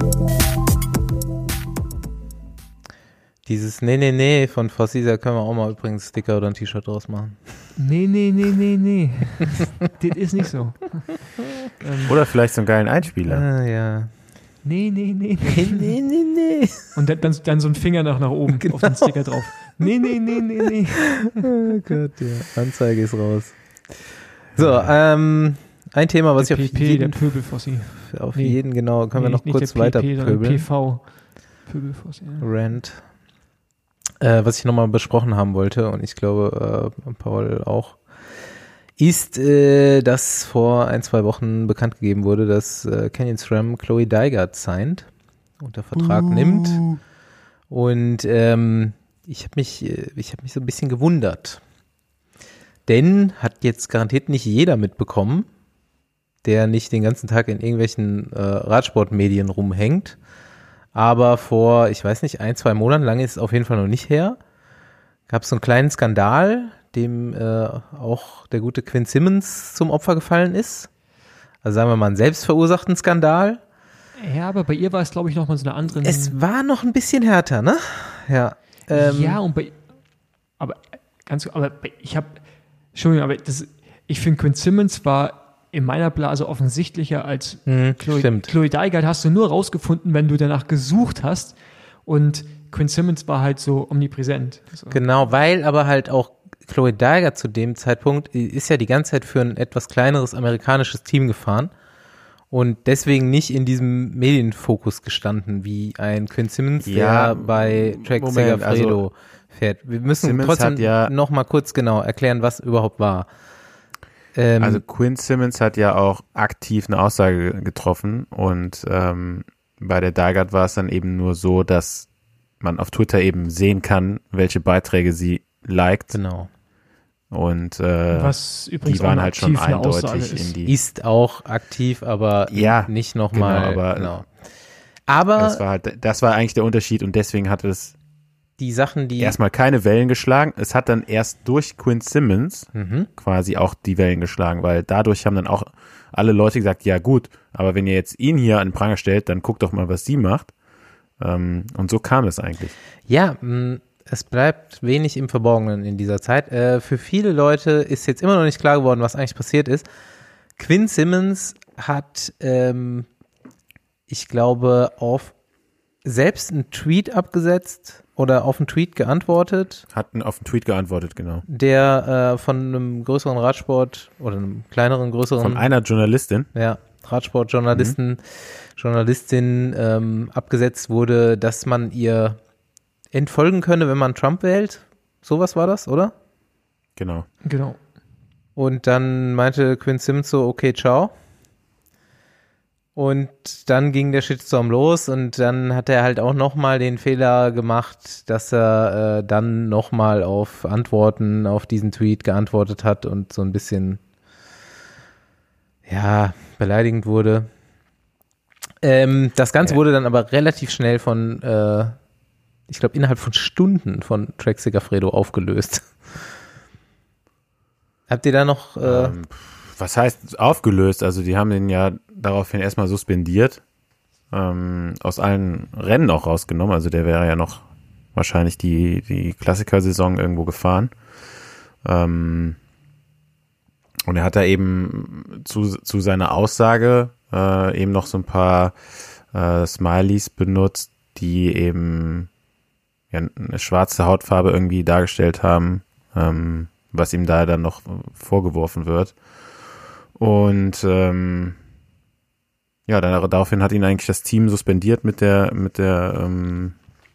Dieses Nee, nee, nee von Fossi, da können wir auch mal übrigens Sticker oder ein T-Shirt draus machen. Nee, nee, nee, nee, nee. Das ist nicht so. ähm, Oder vielleicht so einen geilen Einspieler. Ah, ja. nee, nee, nee, Nee, nee. nee, nee, nee. Und dann, dann, dann so ein Finger nach, nach oben Genau. auf den Sticker drauf. Nee, nee, nee, nee, nee. Oh Gott, ja. Anzeige ist raus. So, ähm, ein Thema, was Der ich auf P P, jeden, der Pöbelfossi. auf Nee. jeden, genau, können wir Nee, noch nicht kurz der P P, weiter sondern pöbeln. P V. Pöbelfossi, ja. Rant. Äh, was ich nochmal besprochen haben wollte, und ich glaube, äh, Paul auch, ist, äh, dass vor ein, zwei Wochen bekannt gegeben wurde, dass äh, Canyon SRAM Chloe Dygert signed, unter Vertrag Uh. nimmt. Und ähm, ich habe mich, äh, ich habe mich so ein bisschen gewundert. denn hat jetzt garantiert nicht jeder mitbekommen, der nicht den ganzen Tag in irgendwelchen äh, Radsportmedien rumhängt. Aber vor, ich weiß nicht, ein, zwei Monaten, lange ist es auf jeden Fall noch nicht her, gab es so einen kleinen Skandal, dem äh, auch der gute Quinn Simmons zum Opfer gefallen ist. Also sagen wir mal einen selbstverursachten Skandal. Ja, aber bei ihr war es, glaube ich, nochmal so eine andere. Es war noch ein bisschen härter, ne? Ja. Ähm, ja, und bei, aber ganz, aber bei, ich habe, Entschuldigung, aber das, ich finde, Quinn Simmons war in meiner Blase offensichtlicher als mh, Chloe, stimmt. Chloe Dygert hast du nur rausgefunden, wenn du danach gesucht hast. Und Quinn Simmons war halt so omnipräsent. So. Genau, weil aber halt auch Chloe Dygert zu dem Zeitpunkt ist ja die ganze Zeit für ein etwas kleineres amerikanisches Team gefahren und deswegen nicht in diesem Medienfokus gestanden, wie ein Quinn Simmons, Ja, der bei Trek Moment, Segafredo also fährt. Wir müssen Simmons trotzdem hat ja- noch mal kurz genau erklären, was überhaupt war. Ähm, Also Quinn Simmons hat ja auch aktiv eine Aussage getroffen und ähm, bei der Dygert war es dann eben nur so, dass man auf Twitter eben sehen kann, welche Beiträge sie liked genau. und äh, Was übrigens die waren auch halt schon aktiv eine Aussage eindeutig ist. in die. Ist auch aktiv, aber Ja, nicht nochmal. genau, aber- Genau. Aber Das war halt, das war eigentlich der Unterschied und deswegen hat es die Sachen, die erstmal keine Wellen geschlagen. Es hat dann erst durch Quinn Simmons mhm. quasi auch die Wellen geschlagen, weil dadurch haben dann auch alle Leute gesagt, ja gut, aber wenn ihr jetzt ihn hier an den Pranger stellt, dann guckt doch mal, was sie macht. Ähm, und so kam es eigentlich. Ja, mh, es bleibt wenig im Verborgenen in dieser Zeit. Äh, für viele Leute ist jetzt immer noch nicht klar geworden, was eigentlich passiert ist. Quinn Simmons hat, ähm, ich glaube, auf selbst einen Tweet abgesetzt oder auf einen Tweet geantwortet, Hat auf den Tweet geantwortet, genau. der äh, von einem größeren Radsport oder einem kleineren, größeren Von einer Journalistin. ja, Radsportjournalisten, Journalistin ähm, abgesetzt wurde, dass man ihr entfolgen könne, wenn man Trump wählt. Sowas war das, oder? Genau. Genau. Und dann meinte Quinn Simmons so, okay, ciao. Und dann ging der Shitstorm los und dann hat er halt auch nochmal den Fehler gemacht, dass er äh, dann nochmal auf Antworten auf diesen Tweet geantwortet hat und so ein bisschen, ja, beleidigend wurde. Ähm, das Ganze Ja. wurde dann aber relativ schnell von, äh, ich glaube, innerhalb von Stunden von Trek Segafredo aufgelöst. Habt ihr da noch äh, Ähm, was heißt aufgelöst? Also die haben den ja daraufhin erstmal suspendiert, ähm, aus allen Rennen auch rausgenommen. Also der wäre ja noch wahrscheinlich die, die Klassikersaison irgendwo gefahren. Ähm, und er hat da eben zu, zu seiner Aussage äh, eben noch so ein paar äh, Smileys benutzt, die eben ja, eine schwarze Hautfarbe irgendwie dargestellt haben, ähm, was ihm da dann noch vorgeworfen wird. Und ähm, ja, dann, daraufhin hat ihn eigentlich das Team suspendiert mit der mit der ähm,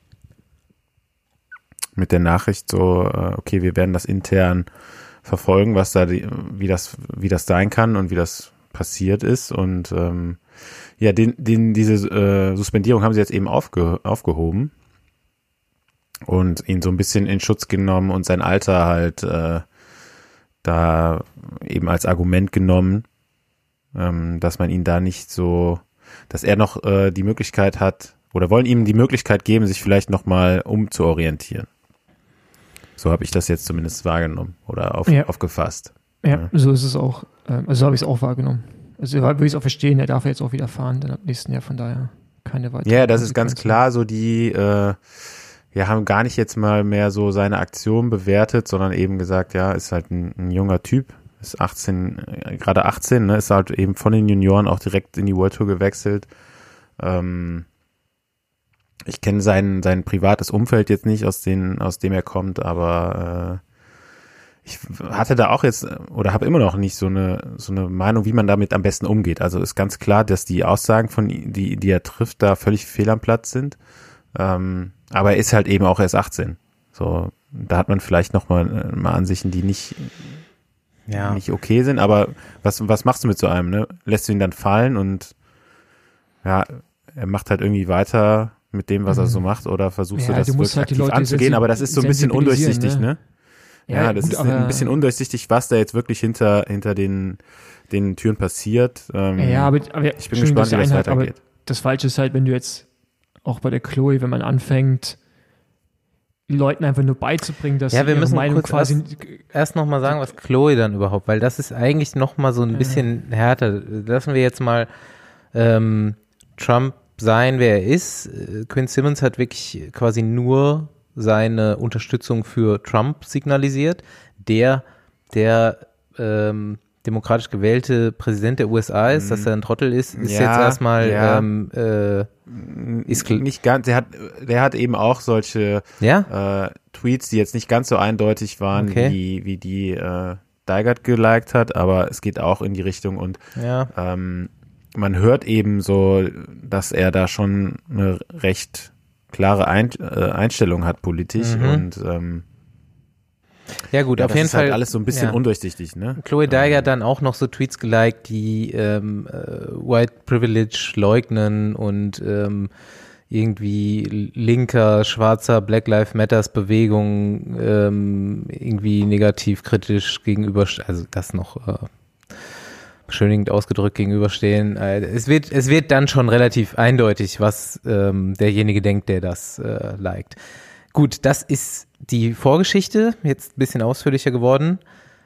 mit der Nachricht so, äh, okay, wir werden das intern verfolgen, was da die, wie das wie das sein kann und wie das passiert ist. Und ähm, ja, den, den diese äh, Suspendierung haben sie jetzt eben aufge, aufgehoben und ihn so ein bisschen in Schutz genommen und sein Alter halt äh, da eben als Argument genommen, ähm, dass man ihn da nicht so, dass er noch äh, die Möglichkeit hat, oder wollen ihm die Möglichkeit geben, sich vielleicht nochmal umzuorientieren. So habe ich das jetzt zumindest wahrgenommen oder auf, Ja. aufgefasst. Ja, Ja. so ist es auch. Ähm, Also so habe ich es auch wahrgenommen. Also würde ich es auch verstehen, er darf ja jetzt auch wieder fahren, dann ab nächsten Jahr, von daher keine weitere. Ja, das ist ganz Konsequenzen. klar, so die äh, ja, haben gar nicht jetzt mal mehr so seine Aktion bewertet, sondern eben gesagt, ja, ist halt ein, ein junger Typ, ist achtzehn, äh, gerade achtzehn, ne, ist halt eben von den Junioren auch direkt in die World Tour gewechselt. Ähm, ich kenne sein, sein privates Umfeld jetzt nicht, aus, den, aus dem er kommt, aber äh, ich hatte da auch jetzt, oder habe immer noch nicht so eine, so eine Meinung, wie man damit am besten umgeht. Also ist ganz klar, dass die Aussagen von ihm, die, die er trifft, da völlig fehl am Platz sind. Ähm, aber er ist halt eben auch erst achtzehn. So, da hat man vielleicht noch mal, mal Ansichten, die nicht, ja. nicht okay sind. Aber was, was machst du mit so einem, ne? Lässt du ihn dann fallen und ja, er macht halt irgendwie weiter mit dem, was er so macht, oder versuchst Ja, du das du musst wirklich halt die aktiv Leute anzugehen? sensi- Aber das ist so ein bisschen sensibilisieren, undurchsichtig, ne? ne? Ja, Ja, das gut, ist aber- ein bisschen undurchsichtig, was da jetzt wirklich hinter, hinter den, den Türen passiert. Ähm, Ja, aber, aber ich bin Entschuldigung, gespannt, dass wie ich das einhake, aber weitergeht. das Falsche ist halt, wenn du jetzt auch bei der Chloe, wenn man anfängt, Leuten einfach nur beizubringen, dass Ja, sie wir ihre müssen Meinung kurz quasi Erst nochmal sagen, was Chloe dann überhaupt, weil das ist eigentlich nochmal so ein bisschen härter. Lassen wir jetzt mal ähm, Trump sein, wer er ist. Äh, Quinn Simmons hat wirklich quasi nur seine Unterstützung für Trump signalisiert. Der, der ähm, demokratisch gewählte Präsident der U S A ist, dass er ein Trottel ist, ist Ja, jetzt erstmal ja. ähm, äh, ist kl- nicht ganz, der hat, der hat eben auch solche ja? äh, Tweets, die jetzt nicht ganz so eindeutig waren, Okay. wie, wie die äh, Deigert geliked hat, aber es geht auch in die Richtung und Ja. ähm, man hört eben so, dass er da schon eine recht klare Ein äh, Einstellung hat politisch Mhm. und ähm, Ja gut, ja, auf das jeden ist Fall. halt alles so ein bisschen ja. undurchsichtig, ne? Chloe Daiger hat dann auch noch so Tweets geliked, die ähm, äh, White Privilege leugnen und ähm, irgendwie linker, schwarzer Black Lives Matters Bewegung ähm, irgendwie negativ kritisch gegenüber, also das noch äh, beschönigend ausgedrückt gegenüberstehen. Äh, es wird, es wird dann schon relativ eindeutig, was ähm, derjenige denkt, der das äh, liked. Gut, das ist die Vorgeschichte, jetzt ein bisschen ausführlicher geworden.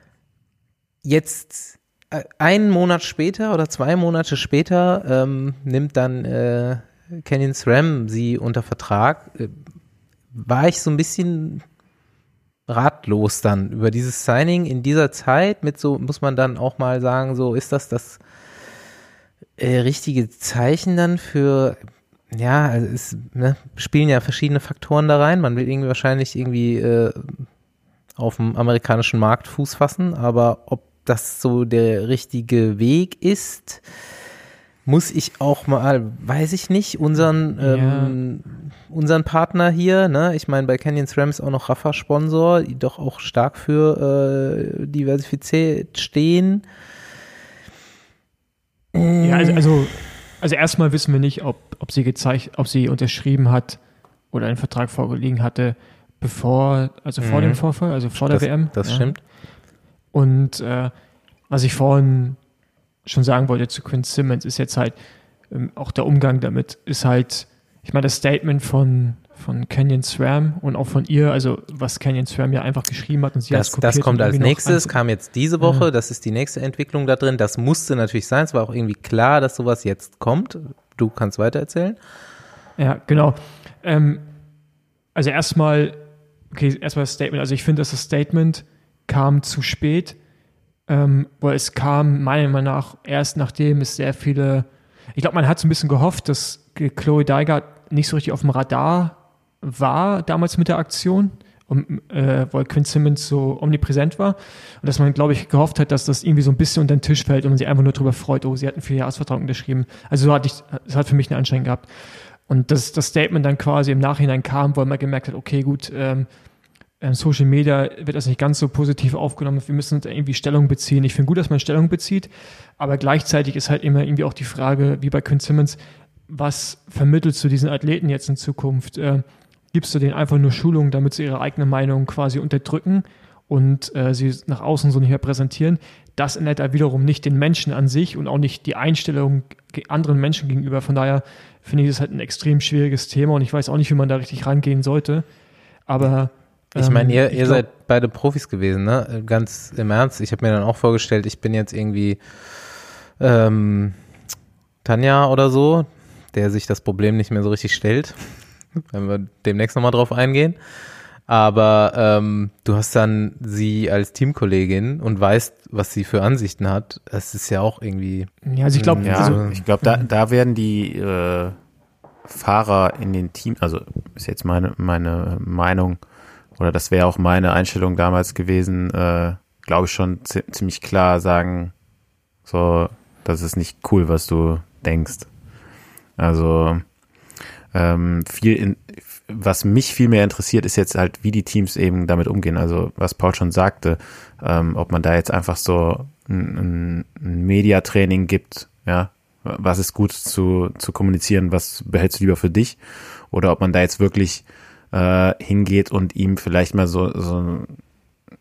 Jetzt äh, einen Monat später oder zwei Monate später ähm, nimmt dann äh, Canyon SRAM sie unter Vertrag. Äh, war ich so ein bisschen ratlos dann über dieses Signing in dieser Zeit mit so, muss man dann auch mal sagen, so ist das das äh, richtige Zeichen dann für, ja, also es ne, spielen ja verschiedene Faktoren da rein. Man will irgendwie wahrscheinlich irgendwie äh, auf dem amerikanischen Markt Fuß fassen, aber ob das so der richtige Weg ist, muss ich auch mal, weiß ich nicht, unseren ähm, unseren Partner hier, ne, ich meine bei Canyon SRAM ist auch noch Rafa Sponsor, die doch auch stark für äh, Diversität stehen. Ja, also, also, also erstmal wissen wir nicht, ob, ob sie gezeigt, ob sie unterschrieben hat oder einen Vertrag vorgelegen hatte, bevor, also vor Mhm. dem Vorfall, also vor das, der W M. Das ja. stimmt. Und äh, was ich vorhin schon sagen wollte zu Quinn Simmons, ist jetzt halt ähm, auch der Umgang damit, ist halt, ich meine, das Statement von, von Canyon SRAM und auch von ihr, also was Canyon SRAM ja einfach geschrieben hat und sie Das, hat's kopiert das kommt und als irgendwie noch nächstes, rein- kam jetzt diese Woche, das ist die nächste Entwicklung da drin. Das musste natürlich sein, es war auch irgendwie klar, dass sowas jetzt kommt. Du kannst weiter erzählen. Ja, genau. Ähm, also erstmal, okay, erstmal das Statement. Also ich finde, dass das Statement kam zu spät, ähm, weil es kam meiner Meinung nach erst nachdem es sehr viele, ich glaube, man hat so ein bisschen gehofft, dass Chloe Daiger nicht so richtig auf dem Radar war damals mit der Aktion, um, äh, weil Quinn Simmons so omnipräsent war und dass man, glaube ich, gehofft hat, dass das irgendwie so ein bisschen unter den Tisch fällt und man sich einfach nur darüber freut, oh, sie hat einen Vierjahresvertrag unterschrieben. Also so hatte ich, das hat für mich einen Anschein gehabt. Und dass das Statement dann quasi im Nachhinein kam, weil man gemerkt hat, okay, gut, ähm, ähm, Social Media wird das nicht ganz so positiv aufgenommen, wir müssen uns irgendwie Stellung beziehen. Ich finde gut, dass man Stellung bezieht, aber gleichzeitig ist halt immer irgendwie auch die Frage, wie bei Quinn Simmons, was vermittelst du diesen Athleten jetzt in Zukunft? Äh, gibst du denen einfach nur Schulungen, damit sie ihre eigene Meinung quasi unterdrücken und äh, sie nach außen so nicht mehr präsentieren? Das ändert da wiederum nicht den Menschen an sich und auch nicht die Einstellung ge- anderen Menschen gegenüber. Von daher finde ich das halt ein extrem schwieriges Thema und ich weiß auch nicht, wie man da richtig rangehen sollte. Aber Ich meine, ihr, ähm, ich ihr glaub- seid beide Profis gewesen, ne? Ganz im Ernst. Ich habe mir dann auch vorgestellt, ich bin jetzt irgendwie ähm, Tanja oder so, der sich das Problem nicht mehr so richtig stellt. Wenn wir demnächst nochmal drauf eingehen. Aber ähm, du hast dann sie als Teamkollegin und weißt, was sie für Ansichten hat. Das ist ja auch irgendwie. Ja, also ich glaube, Ja, also, ich glaube, da, da werden die äh, Fahrer in den Team, also ist jetzt meine, meine Meinung, oder das wäre auch meine Einstellung damals gewesen, äh, glaube ich schon zi- ziemlich klar sagen, so, das ist nicht cool, was du denkst. Also ähm, viel in, was mich viel mehr interessiert, ist jetzt halt, wie die Teams eben damit umgehen. Also was Paul schon sagte, ähm, ob man da jetzt einfach so ein, ein Mediatraining gibt, ja, was ist gut zu, zu kommunizieren, was behältst du lieber für dich, oder ob man da jetzt wirklich äh, hingeht und ihm vielleicht mal so, so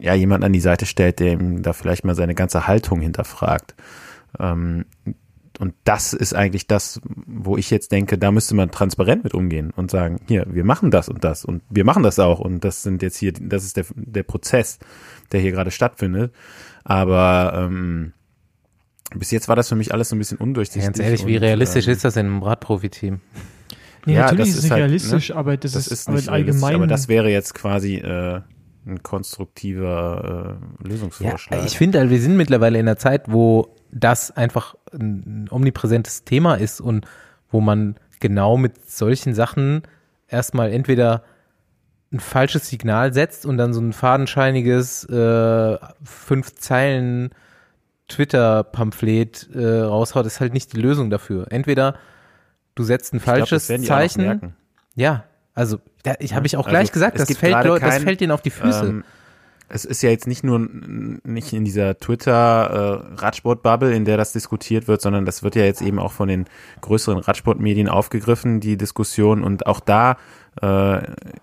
ja, jemand an die Seite stellt, der ihm da vielleicht mal seine ganze Haltung hinterfragt. Ähm, und das ist eigentlich das, wo ich jetzt denke, da müsste man transparent mit umgehen und sagen, hier, wir machen das und das und wir machen das auch und das sind jetzt hier, das ist der, der Prozess, der hier gerade stattfindet. Aber ähm, bis jetzt war das für mich alles so ein bisschen undurchsichtig. Ganz ehrlich, wie und, realistisch ähm, ist das in einem Radprofi-Team? Nee, ja, natürlich das ist es ist nicht halt, realistisch, ne? aber das, Das ist, ist aber nicht allgemein. realistisch, aber das wäre jetzt quasi äh, ein konstruktiver äh, Lösungsvorschlag. Ja, ich finde halt, wir sind mittlerweile in einer Zeit, wo das einfach ein omnipräsentes Thema ist und wo man genau mit solchen Sachen erstmal entweder ein falsches Signal setzt und dann so ein fadenscheiniges äh, fünf Zeilen Twitter-Pamphlet äh, raushaut, ist halt nicht die Lösung dafür. Entweder du setzt ein falsches ich glaub, das werden die auch noch Zeichen. merken. Ja, also da, ich habe ich auch Also, gleich gesagt, es das gibt fällt, gerade Leu- das kein, fällt denen auf die Füße. Ähm, es ist ja jetzt nicht nur nicht in dieser Twitter-Radsport-Bubble, in der das diskutiert wird, sondern das wird ja jetzt eben auch von den größeren Radsportmedien aufgegriffen, die Diskussion. Und auch da äh,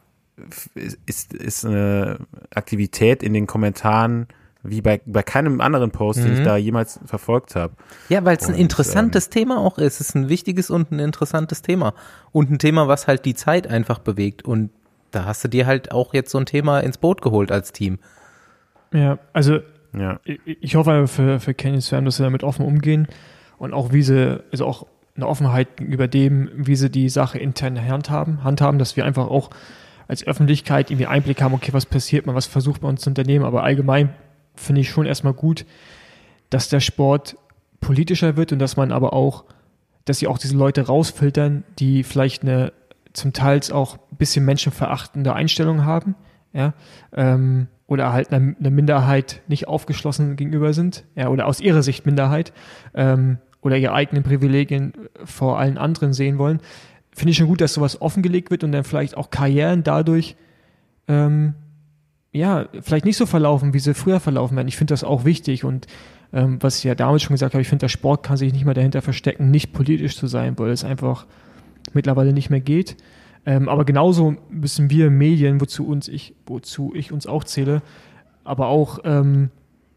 ist, ist eine Aktivität in den Kommentaren wie bei, bei keinem anderen Post, mhm. den ich da jemals verfolgt habe. Ja, weil es ein Und, interessantes ähm, Thema auch ist. Es ist ein wichtiges und ein interessantes Thema. Und ein Thema, was halt die Zeit einfach bewegt. Und da hast du dir halt auch jetzt so ein Thema ins Boot geholt als Team. Ja, also Ja. ich, ich hoffe für, für Canyon Slam, dass sie damit offen umgehen und auch wie sie, also auch eine Offenheit gegenüber dem, wie sie die Sache intern handhaben, handhaben, dass wir einfach auch als Öffentlichkeit irgendwie Einblick haben, okay, was passiert man, was versucht man uns zu unternehmen, aber allgemein finde ich schon erstmal gut, dass der Sport politischer wird und dass man aber auch, dass sie auch diese Leute rausfiltern, die vielleicht eine zum Teil auch ein bisschen menschenverachtende Einstellung haben, ja, ähm, oder halt einer eine Minderheit nicht aufgeschlossen gegenüber sind, ja, oder aus ihrer Sicht Minderheit, ähm, oder ihre eigenen Privilegien vor allen anderen sehen wollen. Finde ich schon gut, dass sowas offengelegt wird und dann vielleicht auch Karrieren dadurch ähm, ja, vielleicht nicht so verlaufen, wie sie früher verlaufen werden. Ich finde das auch wichtig und ähm, was ich ja damals schon gesagt habe, ich finde, der Sport kann sich nicht mehr dahinter verstecken, nicht politisch zu sein, weil es einfach mittlerweile nicht mehr geht. Ähm, aber genauso müssen wir Medien, wozu uns ich, wozu ich uns auch zähle, aber auch ähm,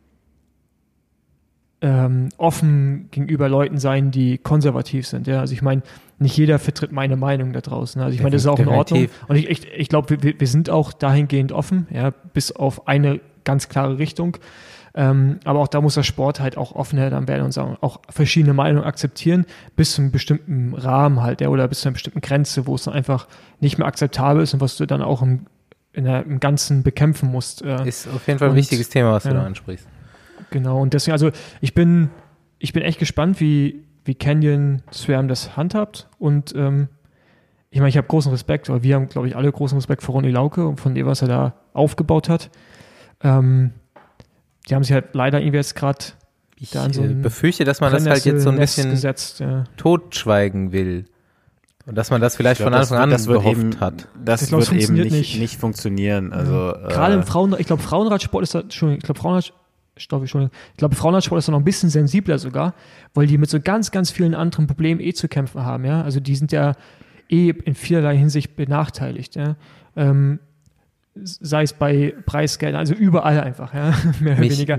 ähm, offen gegenüber Leuten sein, die konservativ sind. Ja? Also ich meine, nicht jeder vertritt meine Meinung da draußen. Also ich meine, das ist auch in Ordnung. Und ich, ich, ich glaube, wir, wir sind auch dahingehend offen, ja, bis auf eine ganz klare Richtung. Ähm, aber auch da muss der Sport halt auch offener dann werden und sagen, auch verschiedene Meinungen akzeptieren, bis zu einem bestimmten Rahmen halt, ja, oder bis zu einer bestimmten Grenze, wo es dann einfach nicht mehr akzeptabel ist und was du dann auch im, in der, im Ganzen bekämpfen musst. Äh. Ist auf jeden Fall ein und, wichtiges Thema, was ja. du da ansprichst. Genau, und deswegen, also ich bin, ich bin echt gespannt, wie, wie Canyon Slam das handhabt und ähm, ich meine, ich habe großen Respekt, oder wir haben, glaube ich, alle großen Respekt vor Ronny Lauke und von dem, was er da aufgebaut hat. Ähm, die haben sich halt leider irgendwie jetzt gerade Ich da so befürchte, dass man das halt jetzt so ein bisschen gesetzt, ja. totschweigen will. Und dass man das vielleicht glaub, von Anfang an das wird gehofft eben, hat. Das, das glaub, wird eben nicht, nicht. nicht funktionieren. Also, ja. Gerade äh, im Frauen, ich glaube, Frauenradsport ist da, Entschuldigung, ich glaube, Frauenradsport, Stoff, ich glaube, Frauenradsport ist da noch ein bisschen sensibler sogar, weil die mit so ganz, ganz vielen anderen Problemen eh zu kämpfen haben, ja. Also die sind ja eh in vielerlei Hinsicht benachteiligt, ja. Ähm, sei es bei Preisgeldern, also überall einfach, ja, mehr oder Mich, weniger.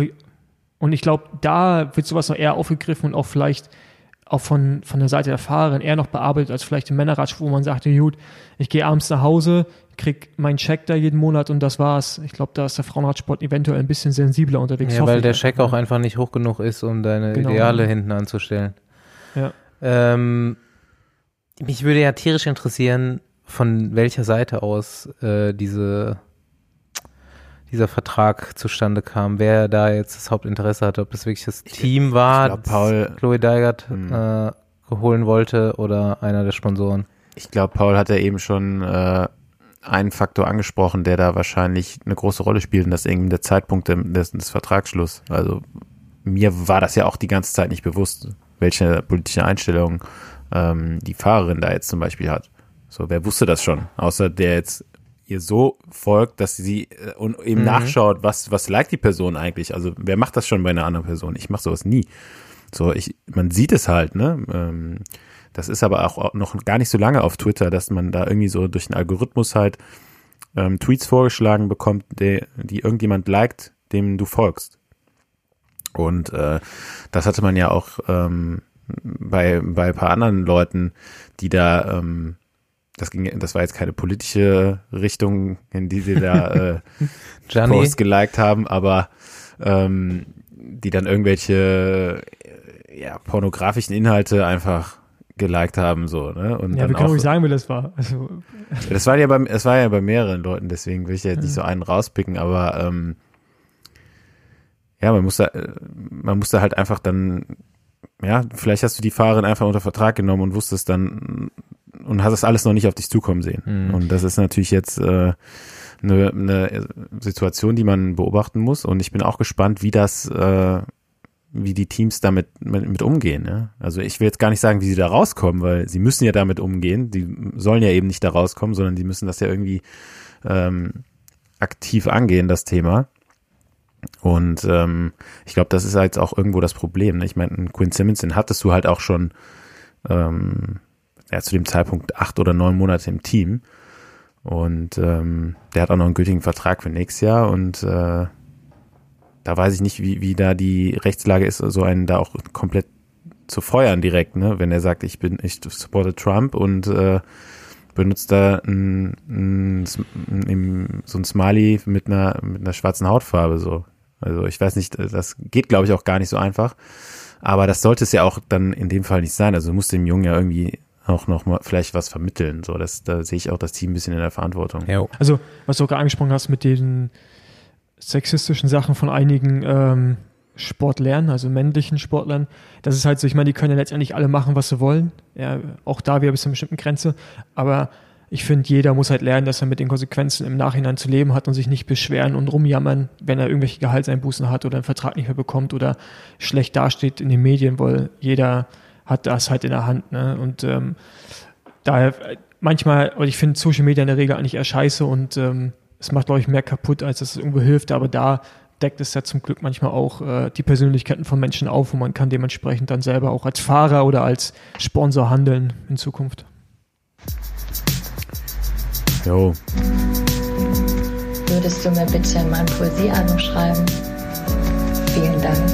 Und ich glaube, da wird sowas noch eher aufgegriffen und auch vielleicht auch von, von der Seite der Fahrerin eher noch bearbeitet als vielleicht im Männerradsport, wo man sagt, gut, ich gehe abends nach Hause, krieg meinen Check da jeden Monat und das war's. Ich glaube, da ist der Frauenradsport eventuell ein bisschen sensibler unterwegs. Ja, weil der Check auch einfach nicht hoch genug ist, um deine genau. Ideale hinten anzustellen. Ja. Ähm, mich würde ja tierisch interessieren, von welcher Seite aus äh, diese dieser Vertrag zustande kam, wer da jetzt das Hauptinteresse hatte, ob das wirklich das Team war, glaub, Paul, das Chloe Dygert hm. äh, holen wollte oder einer der Sponsoren. Ich glaube, Paul hat ja eben schon äh, einen Faktor angesprochen, der da wahrscheinlich eine große Rolle spielt und das ist eben der Zeitpunkt des, des Vertragsschlusses. Also mir war das ja auch die ganze Zeit nicht bewusst, welche politische Einstellung ähm, die Fahrerin da jetzt zum Beispiel hat. So, wer wusste das schon? Außer der jetzt ihr so folgt, dass sie äh, und eben mhm. nachschaut, was was liked die Person eigentlich. Also wer macht das schon bei einer anderen Person? Ich mache sowas nie. So, ich man sieht es halt, ne? Ähm, das ist aber auch noch gar nicht so lange auf Twitter, dass man da irgendwie so durch den Algorithmus halt ähm, Tweets vorgeschlagen bekommt, die, die irgendjemand liked, dem du folgst. Und äh, das hatte man ja auch ähm, bei bei ein paar anderen Leuten, die da ähm, das ging, das war jetzt keine politische Richtung, in die sie da äh, Posts geliked haben, aber ähm, die dann irgendwelche ja, pornografischen Inhalte einfach geliked haben, so, ne? Und ja, dann wir können auch, auch nicht sagen, wer das war. Also das war ja bei, es war ja bei mehreren Leuten, deswegen will ich ja jetzt nicht so einen rauspicken, aber ähm, ja, man muss da, man muss da halt einfach dann, ja, vielleicht hast du die Fahrerin einfach unter Vertrag genommen und wusstest dann und hast das alles noch nicht auf dich zukommen sehen. Mhm. Und das ist natürlich jetzt äh, eine, eine Situation, die man beobachten muss. Und ich bin auch gespannt, wie das, äh, wie die Teams damit mit, mit umgehen. Ja? Also ich will jetzt gar nicht sagen, wie sie da rauskommen, weil sie müssen ja damit umgehen. Die sollen ja eben nicht da rauskommen, sondern die müssen das ja irgendwie ähm, aktiv angehen, das Thema. Und ähm, ich glaube, das ist halt auch irgendwo das Problem. Ne? Ich meine, Quinn Simmons, den hattest du halt auch schon ähm, ja, zu dem Zeitpunkt acht oder neun Monate im Team. Und ähm, der hat auch noch einen gültigen Vertrag für nächstes Jahr. Und äh, da weiß ich nicht, wie, wie da die Rechtslage ist, so einen da auch komplett zu feuern direkt, ne? Wenn er sagt, ich bin, ich supporte Trump und äh, benutzt da ein, ein, ein, so ein Smiley mit einer, mit einer schwarzen Hautfarbe, so. Also ich weiß nicht, das geht, glaube ich, auch gar nicht so einfach. Aber das sollte es ja auch dann in dem Fall nicht sein. Also du musst dem Jungen ja irgendwie auch noch mal vielleicht was vermitteln. So, das, da sehe ich auch das Team ein bisschen in der Verantwortung. Ja. Also, was du auch angesprochen hast mit den sexistischen Sachen von einigen ähm, Sportlern, also männlichen Sportlern, das ist halt so, ich meine, die können ja letztendlich alle machen, was sie wollen. Ja, auch da wieder bis zu einer bestimmten Grenze. Aber ich finde, jeder muss halt lernen, dass er mit den Konsequenzen im Nachhinein zu leben hat und sich nicht beschweren und rumjammern, wenn er irgendwelche Gehaltseinbußen hat oder einen Vertrag nicht mehr bekommt oder schlecht dasteht in den Medien, weil jeder hat das halt in der Hand. Ne? Und ähm, daher manchmal, und ich finde Social Media in der Regel eigentlich eher scheiße und ähm, es macht, glaube ich, mehr kaputt, als dass es irgendwo hilft, aber da deckt es ja zum Glück manchmal auch äh, die Persönlichkeiten von Menschen auf und man kann dementsprechend dann selber auch als Fahrer oder als Sponsor handeln in Zukunft. Jo. Würdest du mir bitte mein Poesiealbum schreiben? Vielen Dank.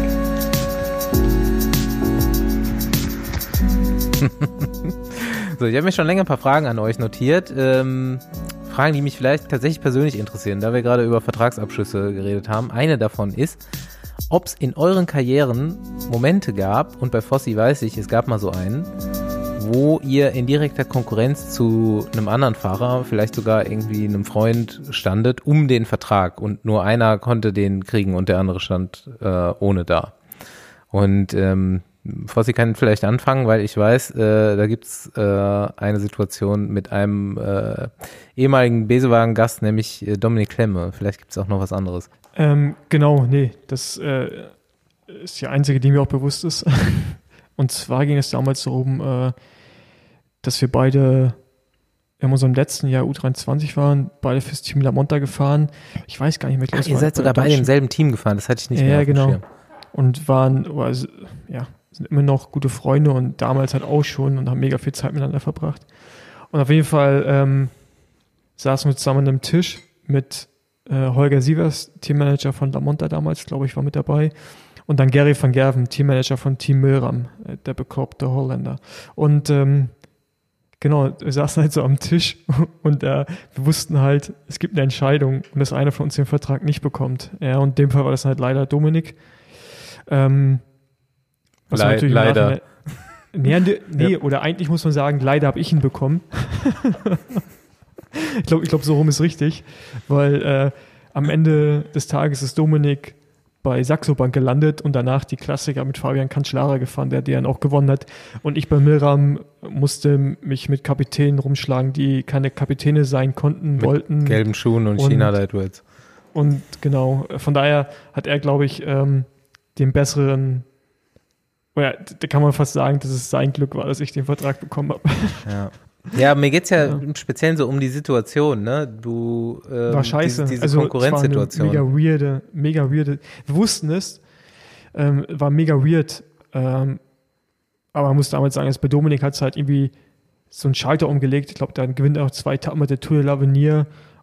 So, ich habe mir schon länger ein paar Fragen an euch notiert. Ähm, Fragen, die mich vielleicht tatsächlich persönlich interessieren, da wir gerade über Vertragsabschlüsse geredet haben. Eine davon ist, ob es in euren Karrieren Momente gab, und bei Fossi weiß ich, es gab mal so einen, wo ihr in direkter Konkurrenz zu einem anderen Fahrer, vielleicht sogar irgendwie einem Freund standet, um den Vertrag und nur einer konnte den kriegen und der andere stand äh, ohne da. Und ähm, Fossi kann vielleicht anfangen, weil ich weiß, äh, da gibt's äh, eine Situation mit einem äh, ehemaligen Besenwagen-Gast, nämlich äh, Dominik Klemme. Vielleicht gibt's auch noch was anderes. Ähm, genau, nee, das äh, ist die einzige, die mir auch bewusst ist. Und zwar ging es damals darum, äh, dass wir beide in unserem letzten Jahr U dreiundzwanzig waren, beide fürs Team La Monta gefahren. Ich weiß gar nicht mehr. Ach, ihr seid sogar beide im selben Team gefahren, das hatte ich nicht ja, mehr auf auf dem genau. Schirm. Und waren, also, ja, sind immer noch gute Freunde und damals halt auch schon und haben mega viel Zeit miteinander verbracht. Und auf jeden Fall ähm, saßen wir zusammen an einem Tisch mit äh, Holger Sievers, Teammanager von La Monta damals, glaube ich, war mit dabei. Und dann Gary van Gerven, Teammanager von Team Milram, der bekloppte Holländer. Und ähm, genau, wir saßen halt so am Tisch und äh, wir wussten halt, es gibt eine Entscheidung und dass einer von uns den Vertrag nicht bekommt. Ja, und in dem Fall war das halt leider Dominik. Ähm, was Le- natürlich leider. Nee, nee, nee Ja. Oder eigentlich muss man sagen, leider habe ich ihn bekommen. ich glaube, ich glaub, so rum ist richtig, weil äh, am Ende des Tages ist Dominik bei Saxo Bank gelandet und danach die Klassiker mit Fabian Cancellara gefahren, der dann auch gewonnen hat. Und ich bei Milram musste mich mit Kapitänen rumschlagen, die keine Kapitäne sein konnten, Mit wollten. gelben Schuhen und, Und- China Lightweights. Und genau, von daher hat er, glaube ich, ähm, den besseren, oder da kann man fast sagen, dass es sein Glück war, dass ich den Vertrag bekommen habe. Ja. Ja, mir geht's ja, Ja. im Speziellen so um die Situation, ne? Du, ähm, War scheiße. diese, diese also, Konkurrenzsituation. Es war eine mega weirde, mega weirde. Wir wussten es, ähm, war mega weird. Ähm, aber man muss damals sagen, dass bei Dominik hat es halt irgendwie so einen Schalter umgelegt. Ich glaube, dann gewinnt er auch zwei Etappen mit der Tour de l'Avenir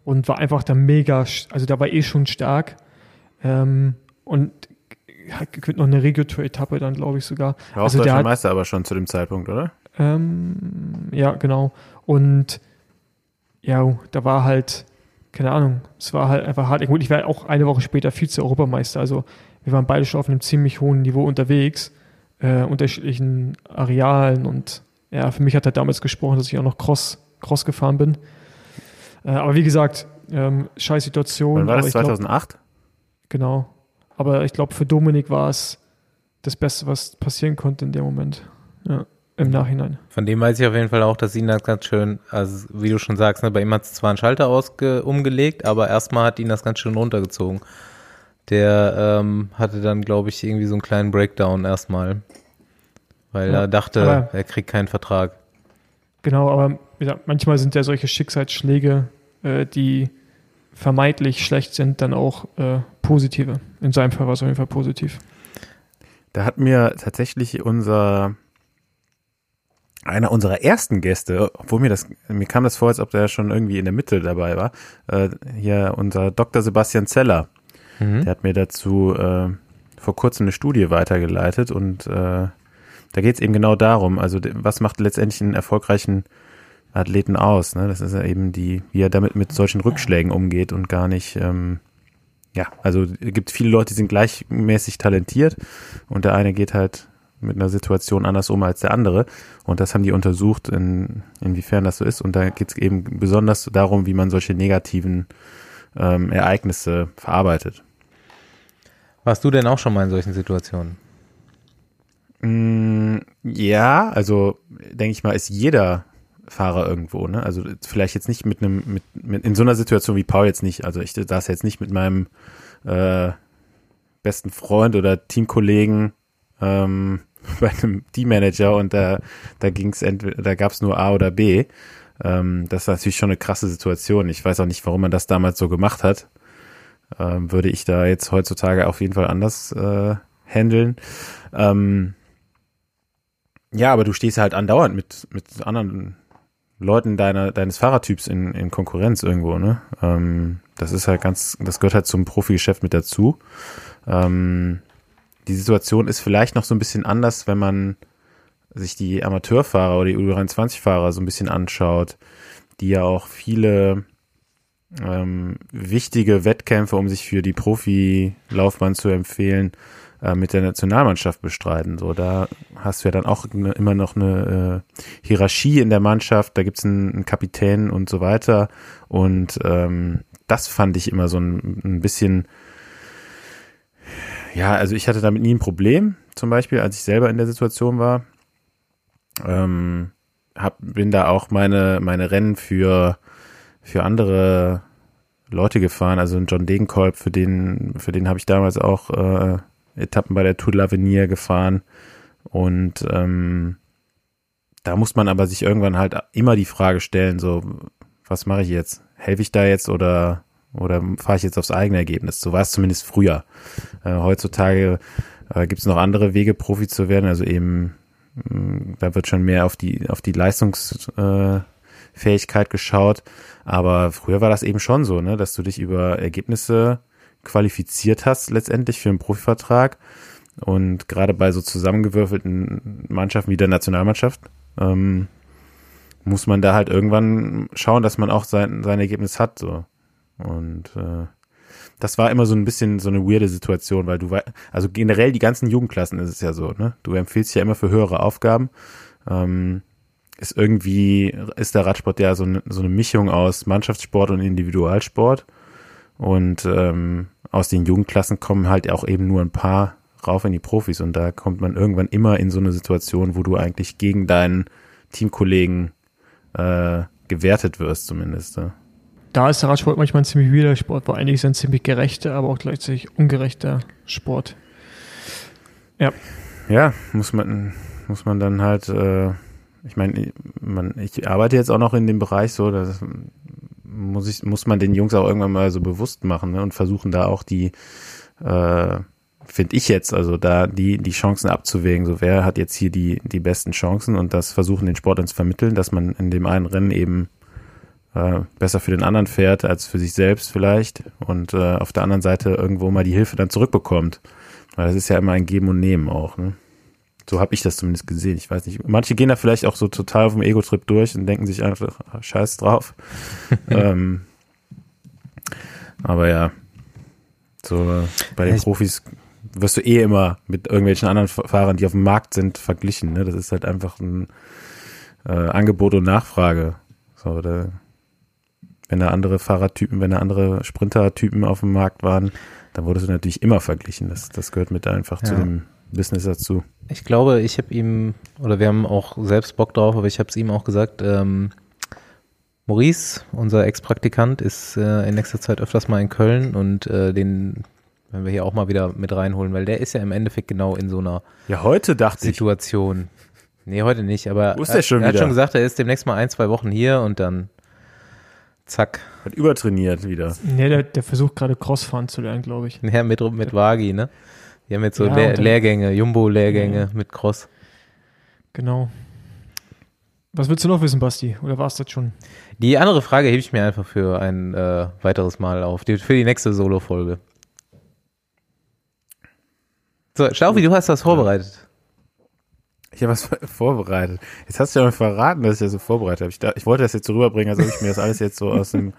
und war einfach da mega, also da war eh schon stark ähm, und hat gewinnt noch eine Regio-Tour-Etappe dann, glaube ich sogar. War auch also deutscher der hat, Meister aber schon zu dem Zeitpunkt, oder? Ähm, ja, genau. Und ja, da war halt, keine Ahnung, es war halt einfach hart. Gut, ich war auch eine Woche später Vize-Europameister, also wir waren beide schon auf einem ziemlich hohen Niveau unterwegs, äh, unterschiedlichen Arealen und ja, für mich hat er damals gesprochen, dass ich auch noch Cross, Cross gefahren bin. Äh, aber wie gesagt, ähm, scheiß Situation. Wann war das, aber ich glaub, zweitausendacht? Genau. Aber ich glaube, für Dominik war es das Beste, was passieren konnte in dem Moment. Ja, im Nachhinein. Von dem weiß ich auf jeden Fall auch, dass ihn das ganz schön, also wie du schon sagst, ne, bei ihm hat es zwar einen Schalter ausge- umgelegt, aber erstmal hat ihn das ganz schön runtergezogen. Der ähm, hatte dann, glaube ich, irgendwie so einen kleinen Breakdown erstmal, weil Ja, er dachte, aber- er kriegt keinen Vertrag. Genau, aber wie gesagt, manchmal sind ja solche Schicksalsschläge, äh, die vermeintlich schlecht sind, dann auch äh, positive. In seinem Fall war es auf jeden Fall positiv. Da hat mir tatsächlich unser einer unserer ersten Gäste, obwohl mir das, mir kam das vor, als ob der schon irgendwie in der Mitte dabei war, äh, hier unser Doktor Sebastian Zeller, Mhm. der hat mir dazu äh, vor kurzem eine Studie weitergeleitet und äh, da geht es eben genau darum, also de- was macht letztendlich einen erfolgreichen Athleten aus, ne? Das ist ja eben die, wie er damit mit solchen Rückschlägen umgeht und gar nicht, ähm, ja, also es gibt viele Leute, die sind gleichmäßig talentiert und der eine geht halt mit einer Situation anders um als der andere und das haben die untersucht, in, inwiefern das so ist und da geht es eben besonders darum, wie man solche negativen ähm, Ereignisse verarbeitet. Warst du denn auch schon mal in solchen Situationen? Mm, ja, also denke ich mal, ist jeder Fahrer irgendwo, ne? Also vielleicht jetzt nicht mit einem, mit, mit in so einer Situation wie Paul jetzt nicht, also ich saß jetzt nicht mit meinem äh, besten Freund oder Teamkollegen ähm, bei einem Teammanager und da, da ging's entweder, da gab's nur A oder B. Ähm, das ist natürlich schon eine krasse Situation. Ich weiß auch nicht, warum man das damals so gemacht hat. Ähm, würde ich da jetzt heutzutage auf jeden Fall anders äh, handeln. Ähm, ja, aber du stehst halt andauernd mit, mit anderen Leuten deiner, deines Fahrertyps in, in Konkurrenz irgendwo, ne? Ähm, das ist halt ganz, das gehört halt zum Profigeschäft mit dazu. Ähm, die Situation ist vielleicht noch so ein bisschen anders, wenn man sich die Amateurfahrer oder die U dreiundzwanzig-Fahrer so ein bisschen anschaut, die ja auch viele ähm, wichtige Wettkämpfe, um sich für die Profilaufbahn zu empfehlen, äh, mit der Nationalmannschaft bestreiten. So, da hast du ja dann auch ne, immer noch eine äh, Hierarchie in der Mannschaft, da gibt's einen, einen Kapitän und so weiter. Und ähm, das fand ich immer so ein, ein bisschen, ja, also ich hatte damit nie ein Problem, zum Beispiel, als ich selber in der Situation war. Ähm, hab, bin da auch meine, meine Rennen für, für andere Leute gefahren, also John Degenkolb, für den, für den habe ich damals auch äh, Etappen bei der Tour de l'Avenir gefahren und ähm, da muss man aber sich irgendwann halt immer die Frage stellen, so, was mache ich jetzt? Helfe ich da jetzt oder oder fahre ich jetzt aufs eigene Ergebnis? So war es zumindest früher. Äh, heutzutage äh, gibt es noch andere Wege, Profi zu werden, also eben mh, da wird schon mehr auf die auf die Leistungsfähigkeit äh, geschaut, aber früher war das eben schon so, ne, dass du dich über Ergebnisse qualifiziert hast letztendlich für einen Profivertrag und gerade bei so zusammengewürfelten Mannschaften wie der Nationalmannschaft ähm, muss man da halt irgendwann schauen, dass man auch sein, sein Ergebnis hat, so. Und äh, das war immer so ein bisschen so eine weirde Situation, weil du, also generell die ganzen Jugendklassen ist es ja so, ne? Du empfiehlst ja immer für höhere Aufgaben. Ähm, ist irgendwie, ist der Radsport ja so eine, so eine Mischung aus Mannschaftssport und Individualsport. Und ähm, aus den Jugendklassen kommen halt auch eben nur ein paar rauf in die Profis. Und da kommt man irgendwann immer in so eine Situation, wo du eigentlich gegen deinen Teamkollegen äh, gewertet wirst zumindest. Ja. Da ist der Radsport manchmal ein ziemlich wilder Sport, weil eigentlich ist er ein ziemlich gerechter, aber auch gleichzeitig ungerechter Sport. Ja. Ja, muss man, muss man dann halt, äh, ich meine, man, ich arbeite jetzt auch noch in dem Bereich so, das muss ich, muss man den Jungs auch irgendwann mal so bewusst machen, ne, und versuchen da auch die, äh, finde ich jetzt, also da die die Chancen abzuwägen, so wer hat jetzt hier die die besten Chancen und das versuchen den Sportlern zu vermitteln, dass man in dem einen Rennen eben äh, besser für den anderen fährt als für sich selbst vielleicht und äh, auf der anderen Seite irgendwo mal die Hilfe dann zurückbekommt. Weil das ist ja immer ein Geben und Nehmen auch, ne? So habe ich das zumindest gesehen. Ich weiß nicht. Manche gehen da vielleicht auch so total auf dem Ego-Trip durch und denken sich einfach, scheiß drauf. ähm, aber ja, so äh, bei den ich Profis wirst du eh immer mit irgendwelchen anderen Fahrern, die auf dem Markt sind, verglichen. Ne? Das ist halt einfach ein äh, Angebot und Nachfrage. So, da, wenn da andere Fahrertypen, wenn da andere Sprintertypen auf dem Markt waren, dann wurdest du natürlich immer verglichen. Das, das gehört mit einfach ja. zu dem Business dazu. Ich glaube, ich habe ihm, oder wir haben auch selbst Bock drauf, aber ich habe es ihm auch gesagt, ähm, Maurice, unser Ex-Praktikant, ist äh, in nächster Zeit öfters mal in Köln und äh, den werden wir hier auch mal wieder mit reinholen, weil der ist ja im Endeffekt genau in so einer ja, heute dachte Situation. Ich. Nee, heute nicht, aber Wo ist der schon er, er wieder? hat schon gesagt, er ist demnächst mal ein, zwei Wochen hier und dann zack. Hat übertrainiert wieder. Nee, der, der versucht gerade Crossfahren zu lernen, glaube ich. Ja, mit, mit Wagi, ne? Die haben jetzt so Ja, Lehr- und dann- Lehrgänge, Jumbo-Lehrgänge Ja. mit Cross. Genau. Was willst du noch wissen, Basti? Oder war es das schon? Die andere Frage hebe ich mir einfach für ein äh, weiteres Mal auf, die, für die nächste Solo-Folge. So, Staufi, du hast das vorbereitet. Ich habe was vorbereitet. Jetzt hast du ja mal verraten, dass ich das so vorbereitet habe. Ich, da, ich wollte das jetzt so rüberbringen, als ob ich mir das alles jetzt so aus dem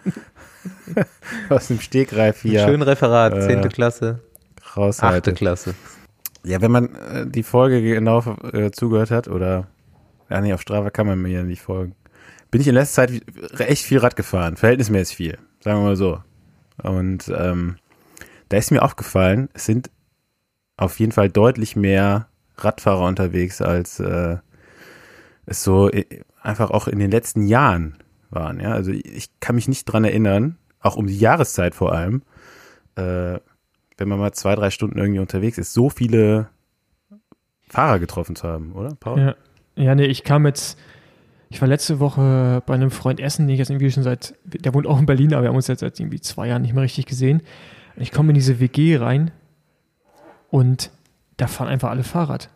aus dem Stegreif hier Schön Referat, äh, zehnte Klasse, raushalte. achte Klasse. Ja, wenn man äh, die Folge genau äh, zugehört hat oder ja nee, auf Strava kann man mir ja nicht folgen. Bin ich in letzter Zeit echt viel Rad gefahren, verhältnismäßig viel, sagen wir mal so. Und ähm, da ist mir aufgefallen, es sind auf jeden Fall deutlich mehr Radfahrer unterwegs, als äh, es so äh, einfach auch in den letzten Jahren waren. Ja, also ich kann mich nicht dran erinnern, auch um die Jahreszeit vor allem, äh, wenn man mal zwei, drei Stunden irgendwie unterwegs ist, so viele Fahrer getroffen zu haben, oder, Paul? Ja. ja, nee, ich kam jetzt, ich war letzte Woche bei einem Freund essen, den ich jetzt irgendwie schon seit, der wohnt auch in Berlin, aber wir haben uns jetzt seit irgendwie zwei Jahren nicht mehr richtig gesehen. Und ich komme in diese W G rein und da fahren einfach alle Fahrrad.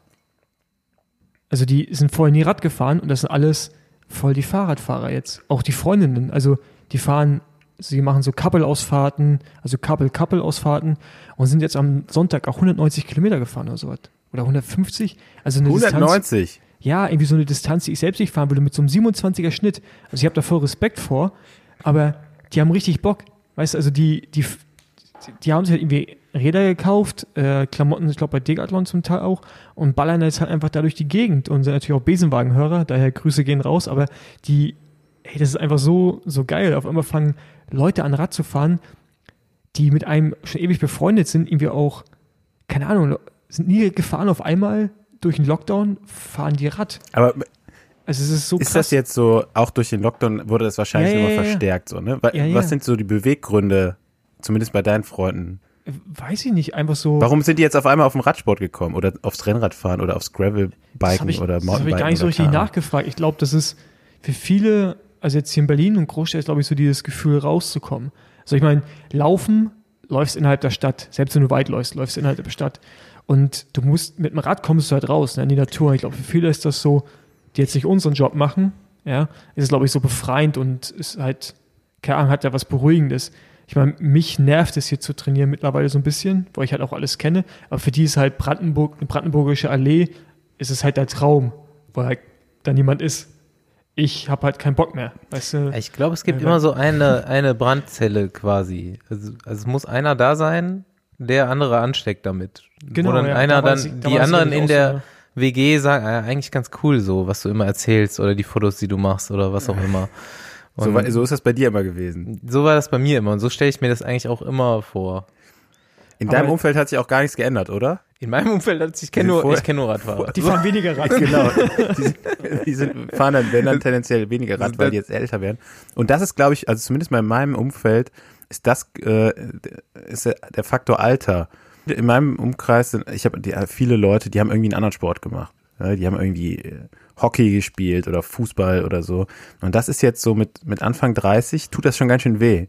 Also die sind vorher nie Rad gefahren und das sind alles voll die Fahrradfahrer jetzt. Auch die Freundinnen, also die fahren, sie machen so Couple-Ausfahrten, also Couple-Couple-Ausfahrten und sind jetzt am Sonntag auch hundertneunzig Kilometer gefahren oder sowas. Oder hundertfünfzig. Also eine hundertneunzig? Distanz, ja, irgendwie so eine Distanz, die ich selbst nicht fahren würde, mit so einem siebenundzwanziger Schnitt. Also ich habe da voll Respekt vor, aber die haben richtig Bock. Weißt du, also die, die, die haben sich halt irgendwie Räder gekauft, äh, Klamotten, ich glaube bei Decathlon zum Teil auch, und ballern jetzt halt einfach da durch die Gegend und sind natürlich auch Besenwagenhörer, daher Grüße gehen raus, aber die, ey, das ist einfach so, so geil. Auf einmal fangen Leute an Rad zu fahren, die mit einem schon ewig befreundet sind, irgendwie auch, keine Ahnung, sind nie gefahren, auf einmal durch den Lockdown fahren die Rad. Aber Also es ist so ist krass. das jetzt so, auch durch den Lockdown wurde das wahrscheinlich Ja, ja, immer ja, ja. verstärkt, so, ne? Was Ja, ja. sind so die Beweggründe, zumindest bei deinen Freunden? Weiß ich nicht, einfach so. Warum sind die jetzt auf einmal auf den Radsport gekommen oder aufs Rennradfahren oder aufs Das habe Gravelbiken ich, oder das hab Mountainbiken? ich gar nicht so oder richtig keine Ahnung? nachgefragt. Ich glaube, das ist für viele, also jetzt hier in Berlin und Großstadt ist, glaube ich, so dieses Gefühl rauszukommen. Also ich meine, laufen, läufst innerhalb der Stadt. Selbst wenn du weit läufst, läufst du innerhalb der Stadt. Und du musst, mit dem Rad kommst du halt raus, ne, in die Natur. Ich glaube, für viele ist das so, die jetzt nicht unseren Job machen, ja, ist es, glaube ich, so befreiend und ist halt, keine Ahnung, hat ja was Beruhigendes. Ich meine, mich nervt es hier zu trainieren mittlerweile so ein bisschen, weil ich halt auch alles kenne. Aber für die ist halt Brandenburg, eine brandenburgische Allee, ist es halt der Traum, weil halt da niemand ist. Ich habe halt keinen Bock mehr, weißt du? Ich glaube, es gibt Ja, immer so eine, eine Brandzelle quasi. Also, also es muss einer da sein, der andere ansteckt damit. Genau, Wo dann ja, einer da war dann, es- da die war es anderen nämlich in auch der so, ne? W G sagen, ah, eigentlich ganz cool so, was du immer erzählst oder die Fotos, die du machst oder was auch immer. Und So, wa- so ist das bei dir immer gewesen. so war das bei mir immer und so stelle ich mir das eigentlich auch immer vor. In Aber- deinem Umfeld hat sich auch gar nichts geändert, oder? In meinem Umfeld, hat sich- ich kenne Die sind nur, vorher- ich kenn nur Radfahrer. Die fahren weniger Rad. Genau. Die, sind- die sind, fahren dann, wenn dann tendenziell weniger Rad, weil die jetzt älter werden. Und das ist, glaube ich, also zumindest mal in meinem Umfeld, ist das äh, ist der, der Faktor Alter. In meinem Umkreis sind, ich habe die- viele Leute, die haben irgendwie einen anderen Sport gemacht. Ja, die haben irgendwie äh, Hockey gespielt oder Fußball oder so. Und das ist jetzt so mit, mit Anfang dreißig, tut das schon ganz schön weh.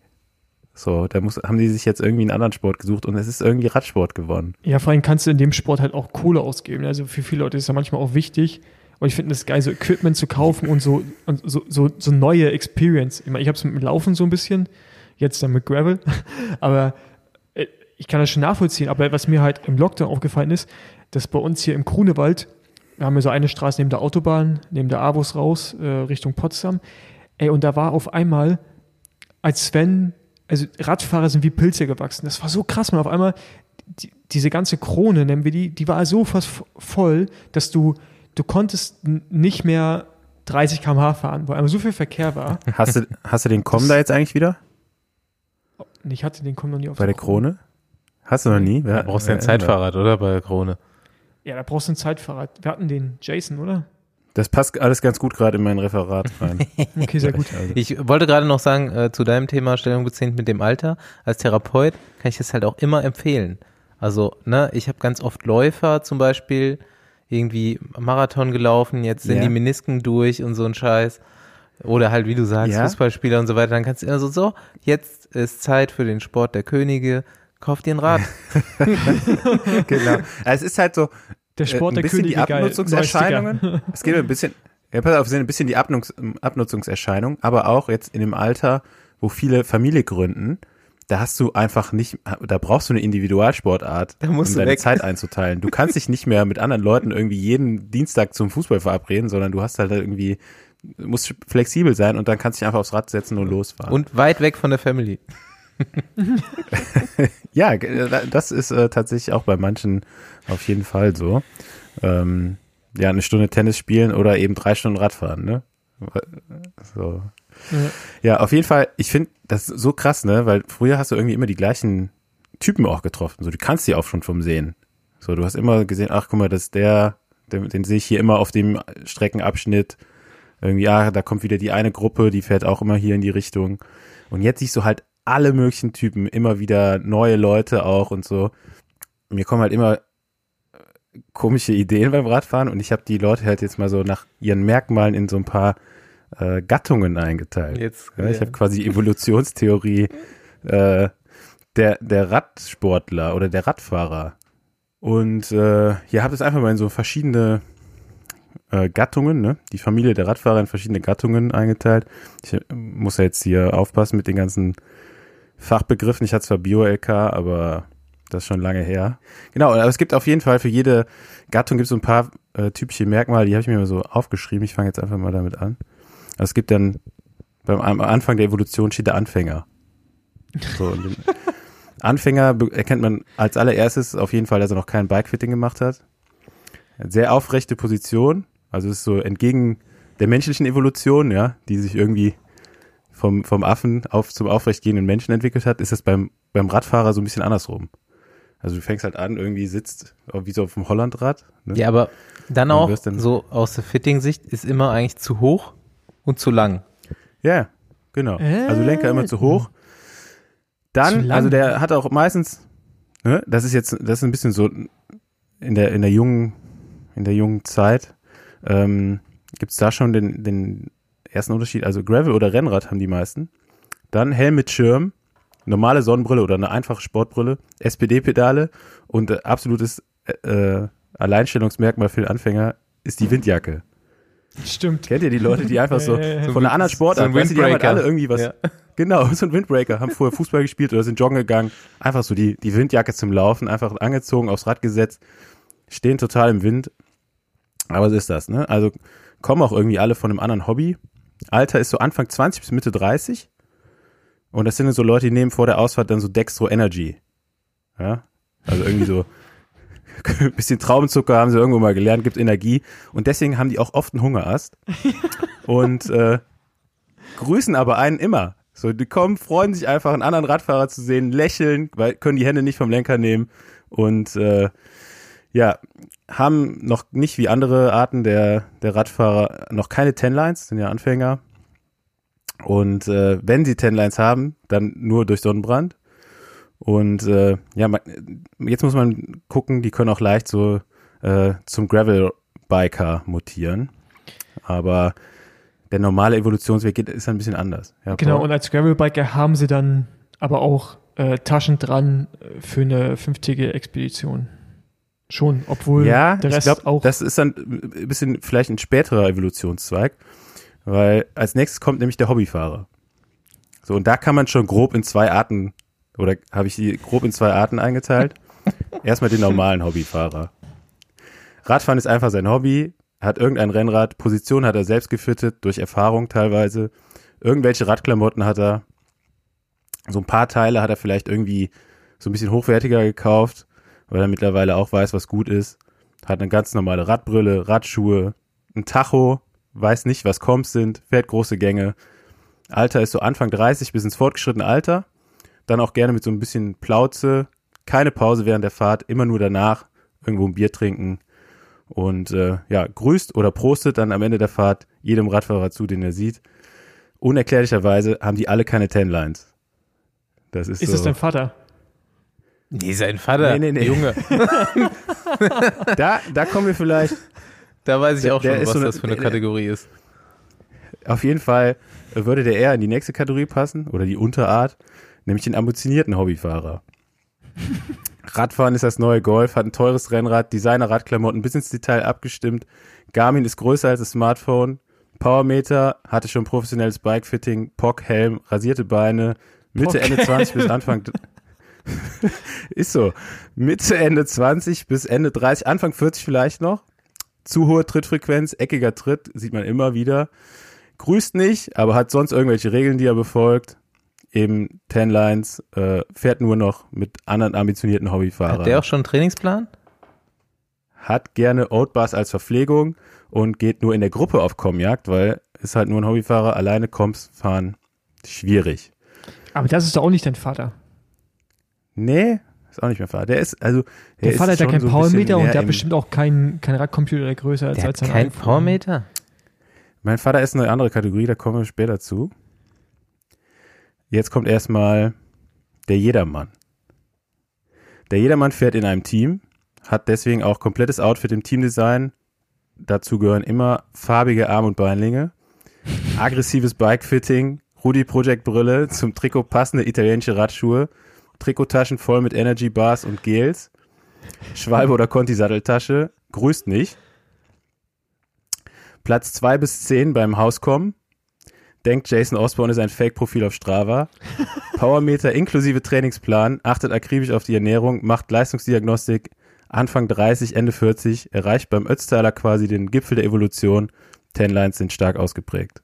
So, da muss, haben die sich jetzt irgendwie einen anderen Sport gesucht und es ist irgendwie Radsport geworden. Ja, vor allem kannst du in dem Sport halt auch Kohle ausgeben. Also für viele Leute ist es ja manchmal auch wichtig, weil ich finde es geil, so Equipment zu kaufen und so und so, so, so neue Experience. Ich meine, ich habe es mit dem Laufen so ein bisschen, jetzt dann mit Gravel, aber äh, ich kann das schon nachvollziehen. Aber was mir halt im Lockdown aufgefallen ist, dass bei uns hier im Grunewald, wir haben ja so eine Straße neben der Autobahn, neben der Avus raus, äh, Richtung Potsdam, ey, und da war auf einmal, als wenn, also Radfahrer sind wie Pilze gewachsen. Das war so krass, man. Auf einmal, die, diese ganze Krone, nennen wir die, die war so fast voll, dass du, du konntest n- nicht mehr dreißig Kilometer pro Stunde fahren, weil einmal so viel Verkehr war. Hast du, hast du den Komm da jetzt eigentlich wieder? Ich hatte den, komm noch nie auf Bei der Krone? Hast du noch nie? Da brauchst du ein Zeitfahrrad, oder? Bei der Krone. Ja, da brauchst du ein Zeitfahrrad. Wir hatten den Jason, oder? Das passt alles ganz gut gerade in mein Referat rein. Okay, sehr gut. Ich wollte gerade noch sagen, äh, zu deinem Thema Stellung beziehend mit dem Alter, als Therapeut kann ich das halt auch immer empfehlen. Also, ne, ich habe ganz oft Läufer zum Beispiel, irgendwie Marathon gelaufen, jetzt sind Ja. die Menisken durch und so ein Scheiß. Oder halt, wie du sagst, Ja. Fußballspieler und so weiter. Dann kannst du immer so, so, jetzt ist Zeit für den Sport der Könige, kauf dir ein Rad. Genau. Also es ist halt so, Der Sport äh, ein der bisschen Könige, die geil. Abnutzungserscheinungen. Es geht ein bisschen, ja, pass auf, es sind ein bisschen die Abnutz, Abnutzungserscheinungen, aber auch jetzt in dem Alter, wo viele Familie gründen, da hast du einfach nicht, da brauchst du eine Individualsportart, Da musst um du deine weg. Zeit einzuteilen. Du kannst dich nicht mehr mit anderen Leuten irgendwie jeden Dienstag zum Fußball verabreden, sondern du hast halt irgendwie, musst flexibel sein und dann kannst du dich einfach aufs Rad setzen und losfahren. Und weit weg von der Family. Ja, ge- das ist äh, tatsächlich auch bei manchen auf jeden Fall so. Ähm, ja, eine Stunde Tennis spielen oder eben drei Stunden Radfahren, ne? So. Ja. Ja, auf jeden Fall, ich finde das so krass, ne? Weil früher hast du irgendwie immer die gleichen Typen auch getroffen. So, du kannst die auch schon vom Sehen. So, du hast immer gesehen, ach, guck mal, das ist der, den, den sehe ich hier immer auf dem Streckenabschnitt. Irgendwie, ah, da kommt wieder die eine Gruppe, die fährt auch immer hier in die Richtung. Und jetzt siehst du halt alle möglichen Typen, immer wieder neue Leute auch und so. Mir kommen halt immer komische Ideen beim Radfahren und ich habe die Leute halt jetzt mal so nach ihren Merkmalen in so ein paar äh, Gattungen eingeteilt. Jetzt, Ja, ich ja. habe quasi die Evolutionstheorie äh, der, der Radsportler oder der Radfahrer. Und äh, hier habt ihr es einfach mal in so verschiedene äh, Gattungen, ne? Die Familie der Radfahrer in verschiedene Gattungen eingeteilt. Ich äh, muss ja jetzt hier aufpassen mit den ganzen Fachbegriffen. Ich hatte zwar Bio-L K, aber das ist schon lange her. Genau, aber es gibt auf jeden Fall für jede Gattung gibt es so ein paar äh, typische Merkmale, die habe ich mir mal so aufgeschrieben. Ich fange jetzt einfach mal damit an. Also es gibt dann, beim am Anfang der Evolution steht der Anfänger. So, und den Anfänger be- erkennt man als allererstes auf jeden Fall, dass er noch kein Bikefitting gemacht hat. Sehr aufrechte Position, also es ist so entgegen der menschlichen Evolution, ja, die sich irgendwie vom, vom Affen auf zum aufrechtgehenden Menschen entwickelt hat, ist das beim, beim Radfahrer so ein bisschen andersrum. Also du fängst halt an, irgendwie sitzt wie so auf dem Hollandrad. Ne? Ja, aber dann Und auch, wirst dann- so aus der Fitting-Sicht, ist immer eigentlich zu hoch und zu lang. Ja, genau. Also Lenker immer zu hoch. Zu Dann, lang. also der hat auch meistens, ne, das ist jetzt, das ist ein bisschen so in der in der jungen in der jungen Zeit ähm, gibt es da schon den den ersten Unterschied. Also Gravel oder Rennrad haben die meisten. Dann Helm mit Schirm, normale Sonnenbrille oder eine einfache Sportbrille, S P D-Pedale und äh, absolutes äh, Alleinstellungsmerkmal für den Anfänger ist die Windjacke. Stimmt. Kennt ihr die Leute, die einfach so Äh, von einer anderen Sportart, so ein weißt du, die haben halt Windbreaker. alle irgendwie was, Ja. genau, so ein Windbreaker, haben vorher Fußball gespielt oder sind joggen gegangen, einfach so die, die Windjacke zum Laufen, einfach angezogen, aufs Rad gesetzt, stehen total im Wind. Aber so ist das, ne? Also kommen auch irgendwie alle von einem anderen Hobby. Alter ist so Anfang zwanzig bis Mitte dreißig. Und das sind so Leute, die nehmen vor der Ausfahrt dann so Dextro Energy. Ja? Also irgendwie so ein bisschen Traubenzucker haben sie irgendwo mal gelernt, gibt Energie. Und deswegen haben die auch oft einen Hungerast. Und äh, grüßen aber einen immer. So, die kommen, freuen sich einfach, einen anderen Radfahrer zu sehen, lächeln, weil können die Hände nicht vom Lenker nehmen. Und äh, ja, haben noch nicht wie andere Arten der, der Radfahrer noch keine Tenlines, sind ja Anfänger. Und äh, wenn sie Tenlines haben, dann nur durch Sonnenbrand. Und äh, ja, man, jetzt muss man gucken, die können auch leicht so äh, zum Gravel-Biker mutieren. Aber der normale Evolutionsweg geht, ist ein bisschen anders. Ja, Genau, Paul? und als Gravelbiker haben sie dann aber auch äh, Taschen dran äh, für eine fünftägige Expedition. Schon, obwohl Ja, der ich Rest glaube, auch. das ist dann ein bisschen vielleicht ein späterer Evolutionszweig, weil als nächstes kommt nämlich der Hobbyfahrer. So, und da kann man schon grob in zwei Arten, oder habe ich die grob in zwei Arten eingeteilt. Erstmal den normalen Hobbyfahrer. Radfahren ist einfach sein Hobby, hat irgendein Rennrad, Position hat er selbst gefittet, durch Erfahrung teilweise. Irgendwelche Radklamotten hat er, so ein paar Teile hat er vielleicht irgendwie so ein bisschen hochwertiger gekauft, weil er mittlerweile auch weiß, was gut ist. Hat eine ganz normale Radbrille, Radschuhe, ein Tacho, weiß nicht, was Comps sind, fährt große Gänge. Alter ist so Anfang dreißig bis ins fortgeschrittene Alter. Dann auch gerne mit so ein bisschen Plauze, keine Pause während der Fahrt, immer nur danach irgendwo ein Bier trinken. Und äh, ja, grüßt oder prostet dann am Ende der Fahrt jedem Radfahrer zu, den er sieht. Unerklärlicherweise haben die alle keine Tenlines. Das ist Ist so. es dein Vater? Nee, sein Vater. Nee, nee, nee. Junge. Da, da kommen wir vielleicht. Da weiß ich Der- auch der schon, ist was so eine- das für eine der- Kategorie ist. Auf jeden Fall würde der eher in die nächste Kategorie passen oder die Unterart, nämlich den ambitionierten Hobbyfahrer. Radfahren ist das neue Golf, hat ein teures Rennrad, Designer-Radklamotten bis ins Detail abgestimmt. Garmin ist größer als das Smartphone. Powermeter, hatte schon professionelles Bikefitting, P O C, Helm, rasierte Beine, Mitte, Okay. Ende zwanzig bis Anfang ist so. Mitte, Ende zwanzig bis Ende dreißig, Anfang vierzig vielleicht noch. Zu hohe Trittfrequenz, eckiger Tritt, sieht man immer wieder. Grüßt nicht, aber hat sonst irgendwelche Regeln, die er befolgt. Eben Tenlines, äh, fährt nur noch mit anderen ambitionierten Hobbyfahrern. Hat der auch schon einen Trainingsplan? Hat gerne Oatbars als Verpflegung und geht nur in der Gruppe auf Kommjagd, weil ist halt nur ein Hobbyfahrer, alleine Komps fahren, schwierig. Aber das ist doch auch nicht dein Vater. Nee, ist auch nicht mehr Vater. Der ist, also, der Der ist Vater hat ja schon keinen so ein bisschen Powermeter und mehr der hat im- bestimmt auch keinen kein Radcomputer, der größer ist Der als hat sein keinen iPhone. Powermeter? Mein Vater ist eine andere Kategorie, da kommen wir später zu. Jetzt kommt erstmal der Jedermann. Der Jedermann fährt in einem Team, hat deswegen auch komplettes Outfit im Teamdesign. Dazu gehören immer farbige Arm- und Beinlinge, aggressives Bikefitting, Rudi Project Brille, zum Trikot passende italienische Radschuhe, Trikottaschen voll mit Energy Bars und Gels, Schwalbe oder Conti Satteltasche, grüßt nicht. Platz zwei bis zehn beim Hauskommen. Denkt, Jason Osborne ist ein Fake-Profil auf Strava. Powermeter inklusive Trainingsplan, achtet akribisch auf die Ernährung, macht Leistungsdiagnostik, Anfang dreißig, Ende vierzig, erreicht beim Ötztaler quasi den Gipfel der Evolution. Tenlines sind stark ausgeprägt.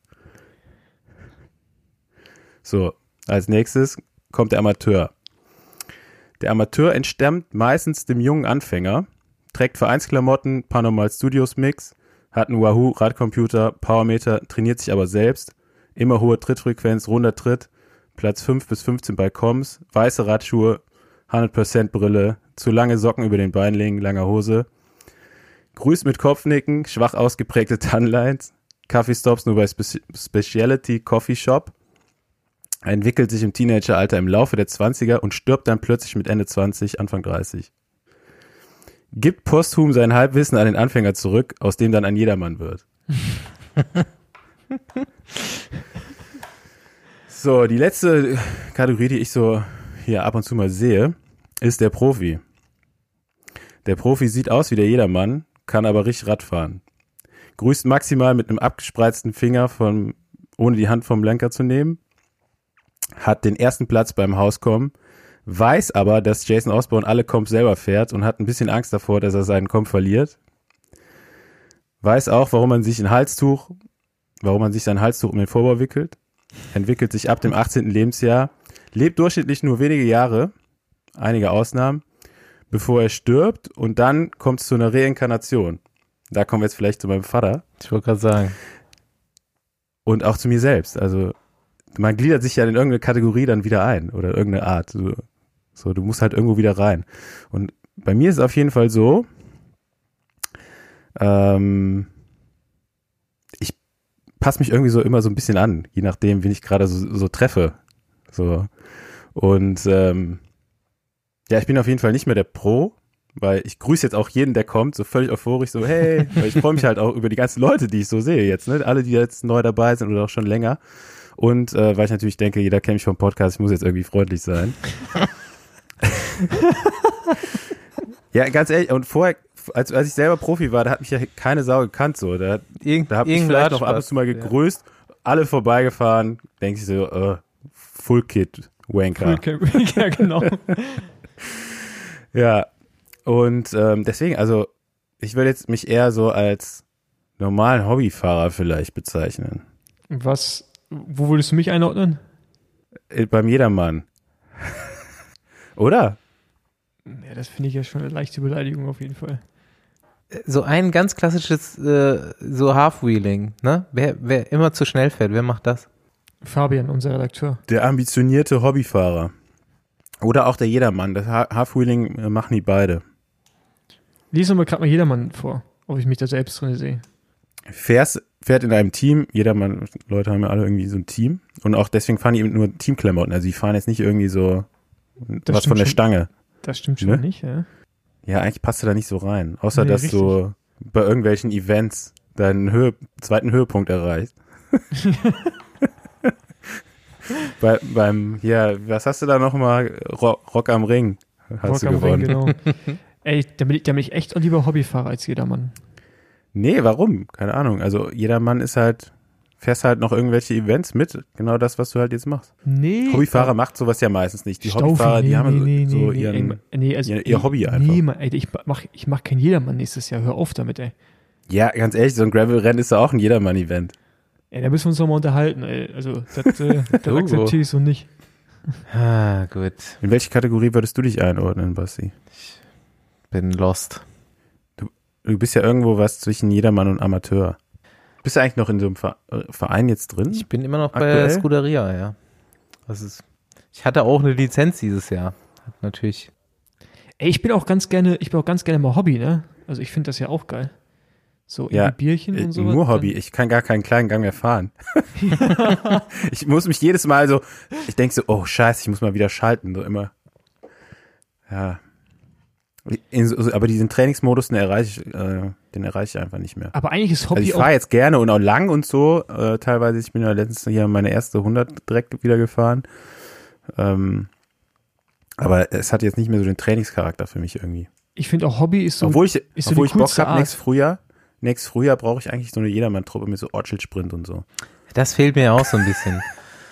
So, als nächstes kommt der Amateur. Der Amateur entstammt meistens dem jungen Anfänger, trägt Vereinsklamotten, Paranormal Studios Mix, hat einen Wahoo Radcomputer, Powermeter, trainiert sich aber selbst, immer hohe Trittfrequenz, runder Tritt, Platz fünf bis fünfzehn bei Comms, weiße Radschuhe, hundert Prozent Brille, zu lange Socken über den Beinlingen, langer Hose, grüßt mit Kopfnicken, schwach ausgeprägte Tunlines, Kaffeestops nur bei Spe- Specialty Coffee Shop, entwickelt sich im Teenageralter im Laufe der zwanziger und stirbt dann plötzlich mit Ende zwanzig, Anfang dreißig. Gibt posthum sein Halbwissen an den Anfänger zurück, aus dem dann ein Jedermann wird. So, die letzte Kategorie, die ich so hier ab und zu mal sehe, ist der Profi. Der Profi sieht aus wie der Jedermann, kann aber richtig Rad fahren. Grüßt maximal mit einem abgespreizten Finger, von, ohne die Hand vom Lenker zu nehmen. Hat den ersten Platz beim Hauskommen, weiß aber, dass Jason Osborne alle Comps selber fährt und hat ein bisschen Angst davor, dass er seinen Comp verliert. Weiß auch, warum man sich ein Halstuch, warum man sich sein Halstuch um den Vorbau wickelt. Entwickelt sich ab dem achtzehnten Lebensjahr, lebt durchschnittlich nur wenige Jahre, einige Ausnahmen, bevor er stirbt und dann kommt es zu einer Reinkarnation. Da kommen wir jetzt vielleicht zu meinem Vater. Ich wollte gerade sagen. Und auch zu mir selbst. Also man gliedert sich ja in irgendeine Kategorie dann wieder ein oder irgendeine Art. So, so, du musst halt irgendwo wieder rein. Und bei mir ist es auf jeden Fall so, ähm, ich passe mich irgendwie so immer so ein bisschen an, je nachdem, wen ich gerade so, so treffe. So. Und ähm, ja, ich bin auf jeden Fall nicht mehr der Pro, weil ich grüße jetzt auch jeden, der kommt, so völlig euphorisch, so hey, weil ich freue mich halt auch über die ganzen Leute, die ich so sehe jetzt, ne? Alle, die jetzt neu dabei sind oder auch schon länger. Und äh, weil ich natürlich denke, jeder kennt mich vom Podcast, ich muss jetzt irgendwie freundlich sein. Ja, ganz ehrlich, und vorher, als, als ich selber Profi war, da hat mich ja keine Sau gekannt, so. Da, Irgend, da hab ich vielleicht noch ab und zu mal gegrüßt, ja. Alle vorbeigefahren, denke ich so, uh, Full Kit, Wanker. Full Kit, ja, genau. Ja, und ähm, deswegen, also, ich würde jetzt mich eher so als normalen Hobbyfahrer vielleicht bezeichnen. Was, wo würdest du mich einordnen? Beim Jedermann. Oder? Ja, das finde ich ja schon eine leichte Beleidigung auf jeden Fall. So ein ganz klassisches äh, so Half-Wheeling, ne? Wer, wer immer zu schnell fährt, wer macht das? Fabian, unser Redakteur. Der ambitionierte Hobbyfahrer. Oder auch der Jedermann. Das Half-Wheeling äh, machen die beide. Lies doch mal gerade mal Jedermann vor, ob ich mich da selbst drin sehe. Fährst, fährt in einem Team, Jedermann, Leute haben ja alle irgendwie so ein Team. Und auch deswegen fahren die eben nur Teamklamotten. Also die fahren jetzt nicht irgendwie so Das was von der schon. Stange. Das stimmt schon Ne? nicht, ja. Ja, eigentlich passt du da nicht so rein. Außer, Nee, dass richtig. du bei irgendwelchen Events deinen Höhe, zweiten Höhepunkt erreichst. bei, beim, ja, was hast du da nochmal? Rock, Rock am Ring hast Rock du am gewonnen. Ring, genau. Ey, da bin, ich, da bin ich echt lieber Hobbyfahrer als Jedermann. Nee, warum? Keine Ahnung. Also Jedermann ist halt, fährst halt noch irgendwelche Events mit. Genau das, was du halt jetzt machst. Nee. Hobbyfahrer macht sowas ja meistens nicht. Die Staufi, Hobbyfahrer, die nee, haben nee, so, nee, so nee, ihren, ey, nee, also, ihr, ihr ey, Hobby einfach. Nee, Mann, ey, ich mach, ich mach kein Jedermann nächstes Jahr. Hör auf damit, ey. Ja, ganz ehrlich, so ein Gravel-Rennen ist ja auch ein Jedermann-Event. Ey, da müssen wir uns noch mal unterhalten, ey. Also, das, äh, das Du, akzeptiere ich so nicht. Ah, gut. In welche Kategorie würdest du dich einordnen, Basti? Bin lost. Du bist ja irgendwo was zwischen Jedermann und Amateur. Bist du eigentlich noch in so einem Verein jetzt drin? Ich bin immer noch bei Aktuell? der Scuderia, ja. Das ist, ich hatte auch eine Lizenz dieses Jahr. Hat natürlich. Ey, ich bin auch ganz gerne, ich bin auch ganz gerne mal Hobby, ne? Also, ich finde das ja auch geil. So, Ja, irgendwie Bierchen äh, und so. nur Hobby. Ich kann gar keinen kleinen Gang mehr fahren. Ich muss mich jedes Mal so, ich denke so, oh scheiße, ich muss mal wieder schalten, so immer. Ja. In, so- aber diesen Trainingsmodus, den erreiche ich, äh, den erreiche ich einfach nicht mehr. Aber eigentlich ist Hobby Also ich auch. fahre jetzt gerne und auch lang und so, äh, teilweise, ich bin ja letztens hier meine erste hundert direkt wieder gefahren. Ähm, aber es hat jetzt nicht mehr so den Trainingscharakter für mich irgendwie. Ich finde auch Hobby ist so. obwohl ich, ist so obwohl die ich Bock coolste habe, Art. nächstes Frühjahr, nächstes Frühjahr brauche ich eigentlich so eine Jedermann-Truppe mit so Ortsschild-Sprint und so. Das fehlt mir auch so ein bisschen.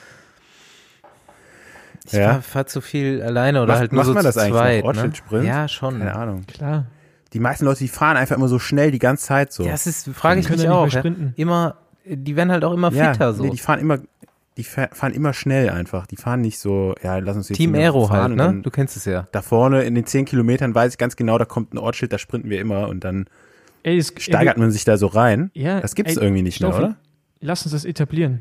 Ich Ja. fahr, fahr zu viel alleine oder Macht- halt nur macht so man das zu eigentlich noch? zweit. Ne? Ortsschild-Sprint? Ja, schon. Keine Ahnung. Klar. Die meisten Leute, die fahren einfach immer so schnell die ganze Zeit so. Ja, das ist, frage ich Können mich ja nicht auch. mehr Ja. sprinten. Immer, die werden halt auch immer ja, fitter so. nee, die fahren immer, die fa- fahren immer schnell einfach. Die fahren nicht so, ja, lass uns jetzt Team hier Aero fahren halt, und ne? dann Du kennst es ja. Da vorne in den zehn Kilometern weiß ich ganz genau, da kommt ein Ortsschild, da sprinten wir immer und dann Ey, es, steigert ey, man sich da so rein. Ja, Das gibt's ey, irgendwie nicht mehr, Stoffi, oder? Lass uns das etablieren.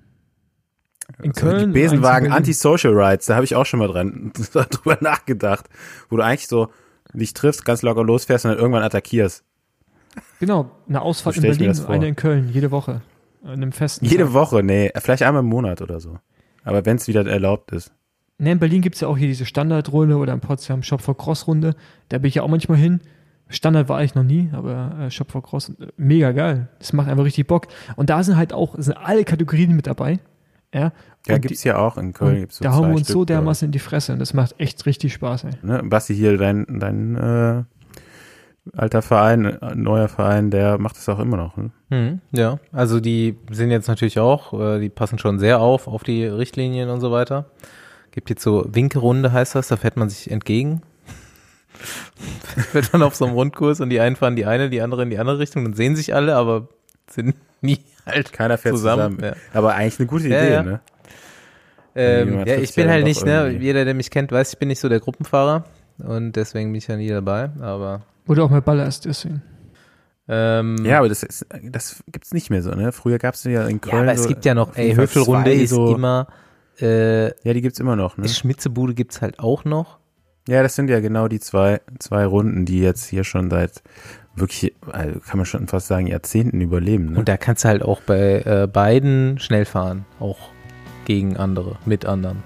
In So, Köln. die Besenwagen eins in Berlin. Anti-Social Rights, da habe ich auch schon mal dran drüber nachgedacht, wo du eigentlich so dich triffst, ganz locker losfährst und dann irgendwann attackierst. Genau, eine Ausfahrt So in stell ich mir Berlin das und vor. eine in Köln, jede Woche. An einem festen Jede Tag. Woche, nee, vielleicht einmal im Monat oder so. Aber wenn es wieder erlaubt ist. Ne, in Berlin gibt es ja auch hier diese Standardrunde oder in Potsdam Shop for Cross Runde. Da bin ich ja auch manchmal hin. Standard war ich noch nie, aber äh, Shop for Cross, äh, mega geil. Das macht einfach richtig Bock. Und da sind halt auch, sind alle Kategorien mit dabei. Ja, Ja, Und gibt's die- ja auch in Köln. und Gibt's so da hauen zwei wir uns Stück, so glaub ich. dermaßen in die Fresse und das macht echt richtig Spaß, ey. Ne? Basti hier, dein, dein äh, alter Verein, äh, neuer Verein, der macht das auch immer noch. Ne? Hm, ja, also die sind jetzt natürlich auch, äh, die passen schon sehr auf, auf die Richtlinien und so weiter. Gibt jetzt so Winkerunde heißt das, da fährt man sich entgegen. Fährt man auf so einem Rundkurs und die einen fahren die eine, die andere in die andere Richtung und sehen sich alle, aber sind nie halt Keiner fährt zusammen. zusammen. Aber eigentlich eine gute Ja, Idee, ja. ne? Ähm, Man ja, trifft ich bin ja halt dann nicht, doch ne, irgendwie. jeder, der mich kennt, weiß, ich bin nicht so der Gruppenfahrer und deswegen bin ich ja nie dabei, aber Oder auch mal ballerst, deswegen. ähm, Ja, aber das ist, das gibt's nicht mehr so, ne? Früher gab's ja in Köln. ja, aber es so gibt ja noch, auf ey, jeden Fall Höfelrunde zwei ist so, immer, äh, Ja, die gibt's immer noch, ne? Schmitzebude gibt's halt auch noch. Ja, das sind ja genau die zwei, zwei Runden, die jetzt hier schon seit wirklich, also kann man schon fast sagen, Jahrzehnten überleben, ne? Und da kannst du halt auch bei äh, beiden schnell fahren, auch gegen andere, mit anderen.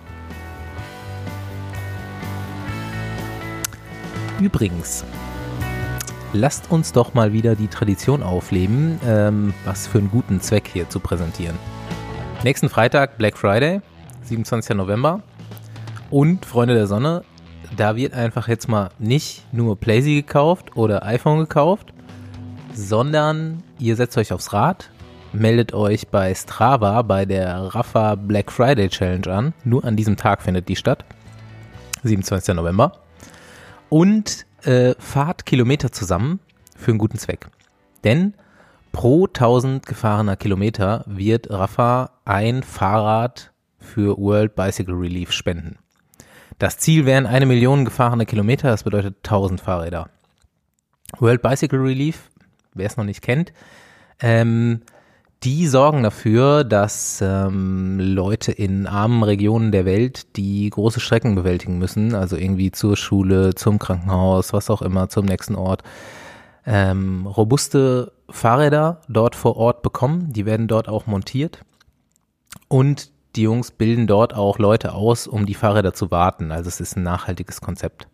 Übrigens, lasst uns doch mal wieder die Tradition aufleben, ähm, was für einen guten Zweck hier zu präsentieren. Nächsten Freitag Black Friday, siebenundzwanzigsten November. Und Freunde der Sonne, da wird einfach jetzt mal nicht nur Playsee gekauft oder iPhone gekauft, sondern ihr setzt euch aufs Rad, meldet euch bei Strava bei der Rapha Black Friday Challenge an. Nur an diesem Tag findet die statt, siebenundzwanzigsten November. Und äh, fahrt Kilometer zusammen für einen guten Zweck. Denn pro tausend gefahrener Kilometer wird Rapha ein Fahrrad für World Bicycle Relief spenden. Das Ziel wären eine Million gefahrene Kilometer, das bedeutet tausend Fahrräder. World Bicycle Relief, wer es noch nicht kennt, ähm, die sorgen dafür, dass ähm, Leute in armen Regionen der Welt, die große Strecken bewältigen müssen, also irgendwie zur Schule, zum Krankenhaus, was auch immer, zum nächsten Ort, ähm, robuste Fahrräder dort vor Ort bekommen. Die werden dort auch montiert und die Jungs bilden dort auch Leute aus, um die Fahrräder zu warten. Also es ist ein nachhaltiges Konzept.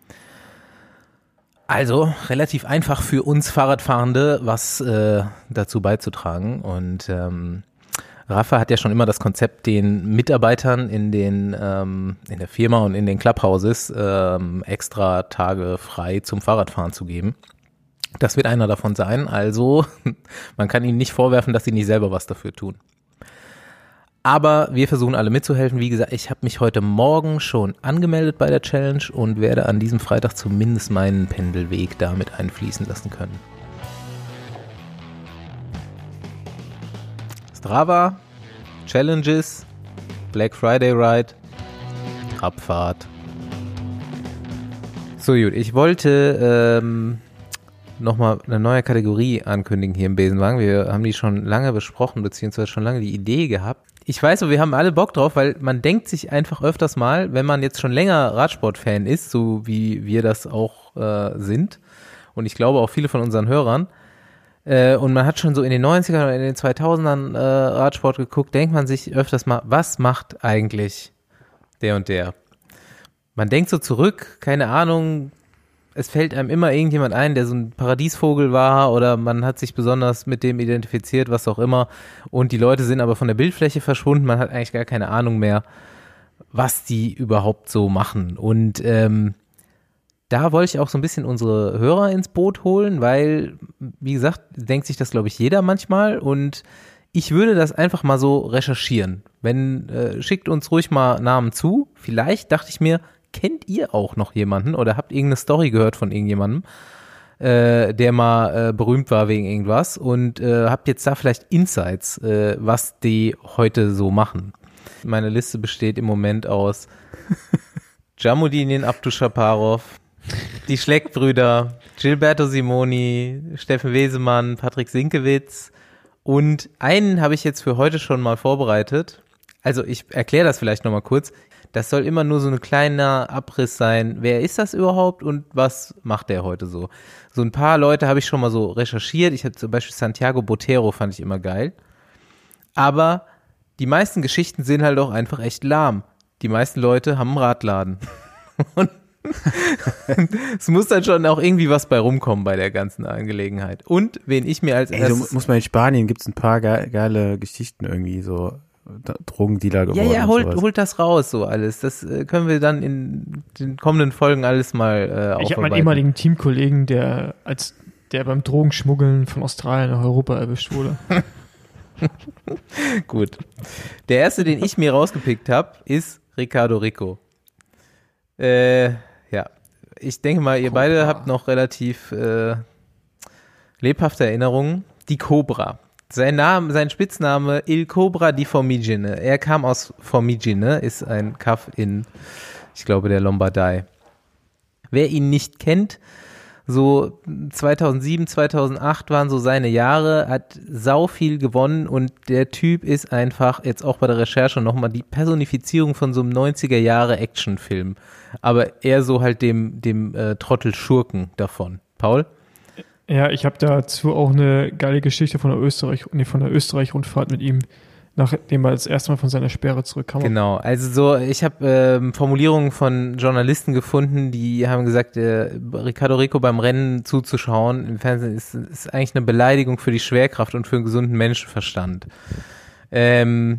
Also relativ einfach für uns Fahrradfahrende, was äh, dazu beizutragen. Und ähm, Rapha hat ja schon immer das Konzept, den Mitarbeitern in den ähm, in der Firma und in den Clubhouses ähm, extra Tage frei zum Fahrradfahren zu geben. Das wird einer davon sein. Also man kann ihnen nicht vorwerfen, dass sie nicht selber was dafür tun. Aber wir versuchen alle mitzuhelfen. Wie gesagt, ich habe mich heute Morgen schon angemeldet bei der Challenge und werde an diesem Freitag zumindest meinen Pendelweg damit einfließen lassen können. Strava, Challenges, Black Friday Ride, Abfahrt. So gut, ich wollte ähm, nochmal eine neue Kategorie ankündigen hier im Besenwagen. Wir haben die schon lange besprochen, beziehungsweise schon lange die Idee gehabt. Ich weiß, wir haben alle Bock drauf, weil man denkt sich einfach öfters mal, wenn man jetzt schon länger Radsport-Fan ist, so wie wir das auch äh, sind, und ich glaube auch viele von unseren Hörern, äh, und man hat schon so in den neunzigern oder in den zweitausendern äh, Radsport geguckt, denkt man sich öfters mal, was macht eigentlich der und der? Man denkt so zurück, keine Ahnung, es fällt einem immer irgendjemand ein, der so ein Paradiesvogel war oder man hat sich besonders mit dem identifiziert, was auch immer, und die Leute sind aber von der Bildfläche verschwunden, man hat eigentlich gar keine Ahnung mehr, was die überhaupt so machen. Und ähm, da wollte ich auch so ein bisschen unsere Hörer ins Boot holen, weil, wie gesagt, denkt sich das, glaube ich, jeder manchmal, und ich würde das einfach mal so recherchieren. Wenn, äh, schickt uns ruhig mal Namen zu, vielleicht dachte ich mir, kennt ihr auch noch jemanden oder habt irgendeine Story gehört von irgendjemandem, äh, der mal äh, berühmt war wegen irgendwas, und äh, habt jetzt da vielleicht Insights, äh, was die heute so machen. Meine Liste besteht im Moment aus Jamudinin Abduschaparov, die Schleck-Brüder, Gilberto Simoni, Steffen Wesemann, Patrick Sinkewitz, und einen habe ich jetzt für heute schon mal vorbereitet. Also ich erkläre das vielleicht nochmal kurz. Das soll immer nur so ein kleiner Abriss sein. Wer ist das überhaupt und was macht der heute so? So ein paar Leute habe ich schon mal so recherchiert. Ich habe zum Beispiel Santiago Botero, fand ich immer geil. Aber die meisten Geschichten sind halt auch einfach echt lahm. Die meisten Leute haben einen Radladen. Und es muss dann schon auch irgendwie was bei rumkommen bei der ganzen Angelegenheit. Und wen ich mir als Ey, erstes... du muss mal in Spanien, gibt es ein paar ge- geile Geschichten irgendwie so. Drogendealer geworden. Ja, ja, holt, und sowas. holt das raus, so alles. Das äh, können wir dann in den kommenden Folgen alles mal äh, aufarbeiten. Ich habe meinen ehemaligen Teamkollegen, der als der beim Drogenschmuggeln von Australien nach Europa erwischt wurde. Gut. Der erste, den ich mir rausgepickt habe, ist Ricardo Rico. Äh, ja. Ich denke mal, ihr Cobra. beide habt noch relativ äh, lebhafte Erinnerungen. Die Cobra. Sein Name, sein Spitzname Il Cobra di Formigine. Er kam aus Formigine, ist ein Kaff in, ich glaube, der Lombardei. Wer ihn nicht kennt, so zweitausendsieben, zweitausendacht waren so seine Jahre, hat sau viel gewonnen, und der Typ ist einfach, jetzt auch bei der Recherche nochmal, die Personifizierung von so einem neunziger Jahre Actionfilm. Aber eher so halt dem, dem äh, Trottel-Schurken davon. Paul? Ja, ich habe dazu auch eine geile Geschichte von der Österreich, nee, von der Österreich-Rundfahrt mit ihm, nachdem er das erste Mal von seiner Sperre zurückkam. Genau, also so, ich habe ähm, Formulierungen von Journalisten gefunden, die haben gesagt, äh, Ricardo Rico beim Rennen zuzuschauen im Fernsehen ist, ist eigentlich eine Beleidigung für die Schwerkraft und für einen gesunden Menschenverstand. Ähm,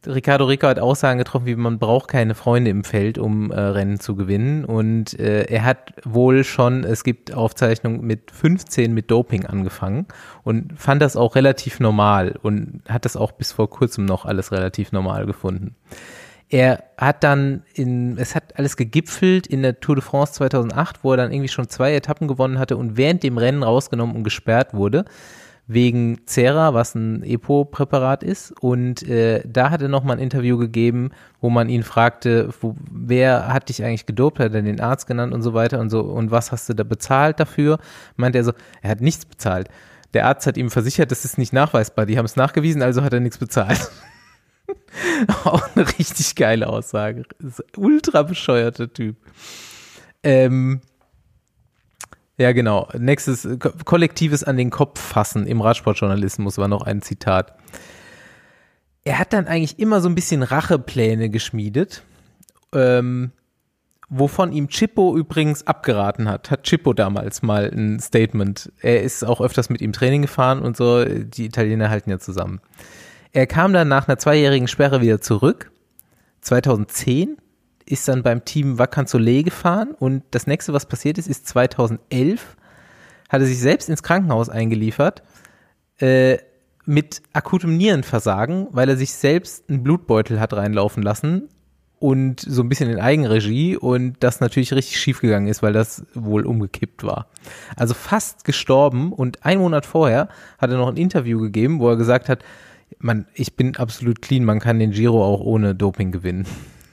Ricardo Rico hat Aussagen getroffen, wie man braucht keine Freunde im Feld, um äh, Rennen zu gewinnen. Und äh, er hat wohl schon, es gibt Aufzeichnungen mit fünfzehn mit Doping angefangen und fand das auch relativ normal und hat das auch bis vor kurzem noch alles relativ normal gefunden. Er hat dann in, es hat alles gegipfelt in der Tour de France zweitausendacht, wo er dann irgendwie schon zwei Etappen gewonnen hatte und während dem Rennen rausgenommen und gesperrt wurde. Wegen Cera, was ein E P O-Präparat ist. Und äh, da hat er nochmal ein Interview gegeben, wo man ihn fragte, wo, wer hat dich eigentlich gedopt, hat er den Arzt genannt und so weiter und so. Und was hast du da bezahlt dafür? Meint er so, er hat nichts bezahlt. Der Arzt hat ihm versichert, das ist nicht nachweisbar. Die haben es nachgewiesen, also hat er nichts bezahlt. Auch eine richtig geile Aussage. Das ist ein ultra bescheuerter Typ. Ähm... Ja, genau. Nächstes, kollektives an den Kopf fassen im Radsportjournalismus war noch ein Zitat. Er hat dann eigentlich immer so ein bisschen Rachepläne geschmiedet, ähm, wovon ihm Chippo übrigens abgeraten hat. Hat Chippo damals mal ein Statement. Er ist auch öfters mit ihm Training gefahren und so. Die Italiener halten ja zusammen. Er kam dann nach einer zweijährigen Sperre wieder zurück. zweitausendzehn. Ist dann beim Team Vacansoleil gefahren und das nächste, was passiert ist, ist zweitausendelf, hat er sich selbst ins Krankenhaus eingeliefert äh, mit akutem Nierenversagen, weil er sich selbst einen Blutbeutel hat reinlaufen lassen und so ein bisschen in Eigenregie und das natürlich richtig schief gegangen ist, weil das wohl umgekippt war. Also fast gestorben und einen Monat vorher hat er noch ein Interview gegeben, wo er gesagt hat, man, ich bin absolut clean, man kann den Giro auch ohne Doping gewinnen.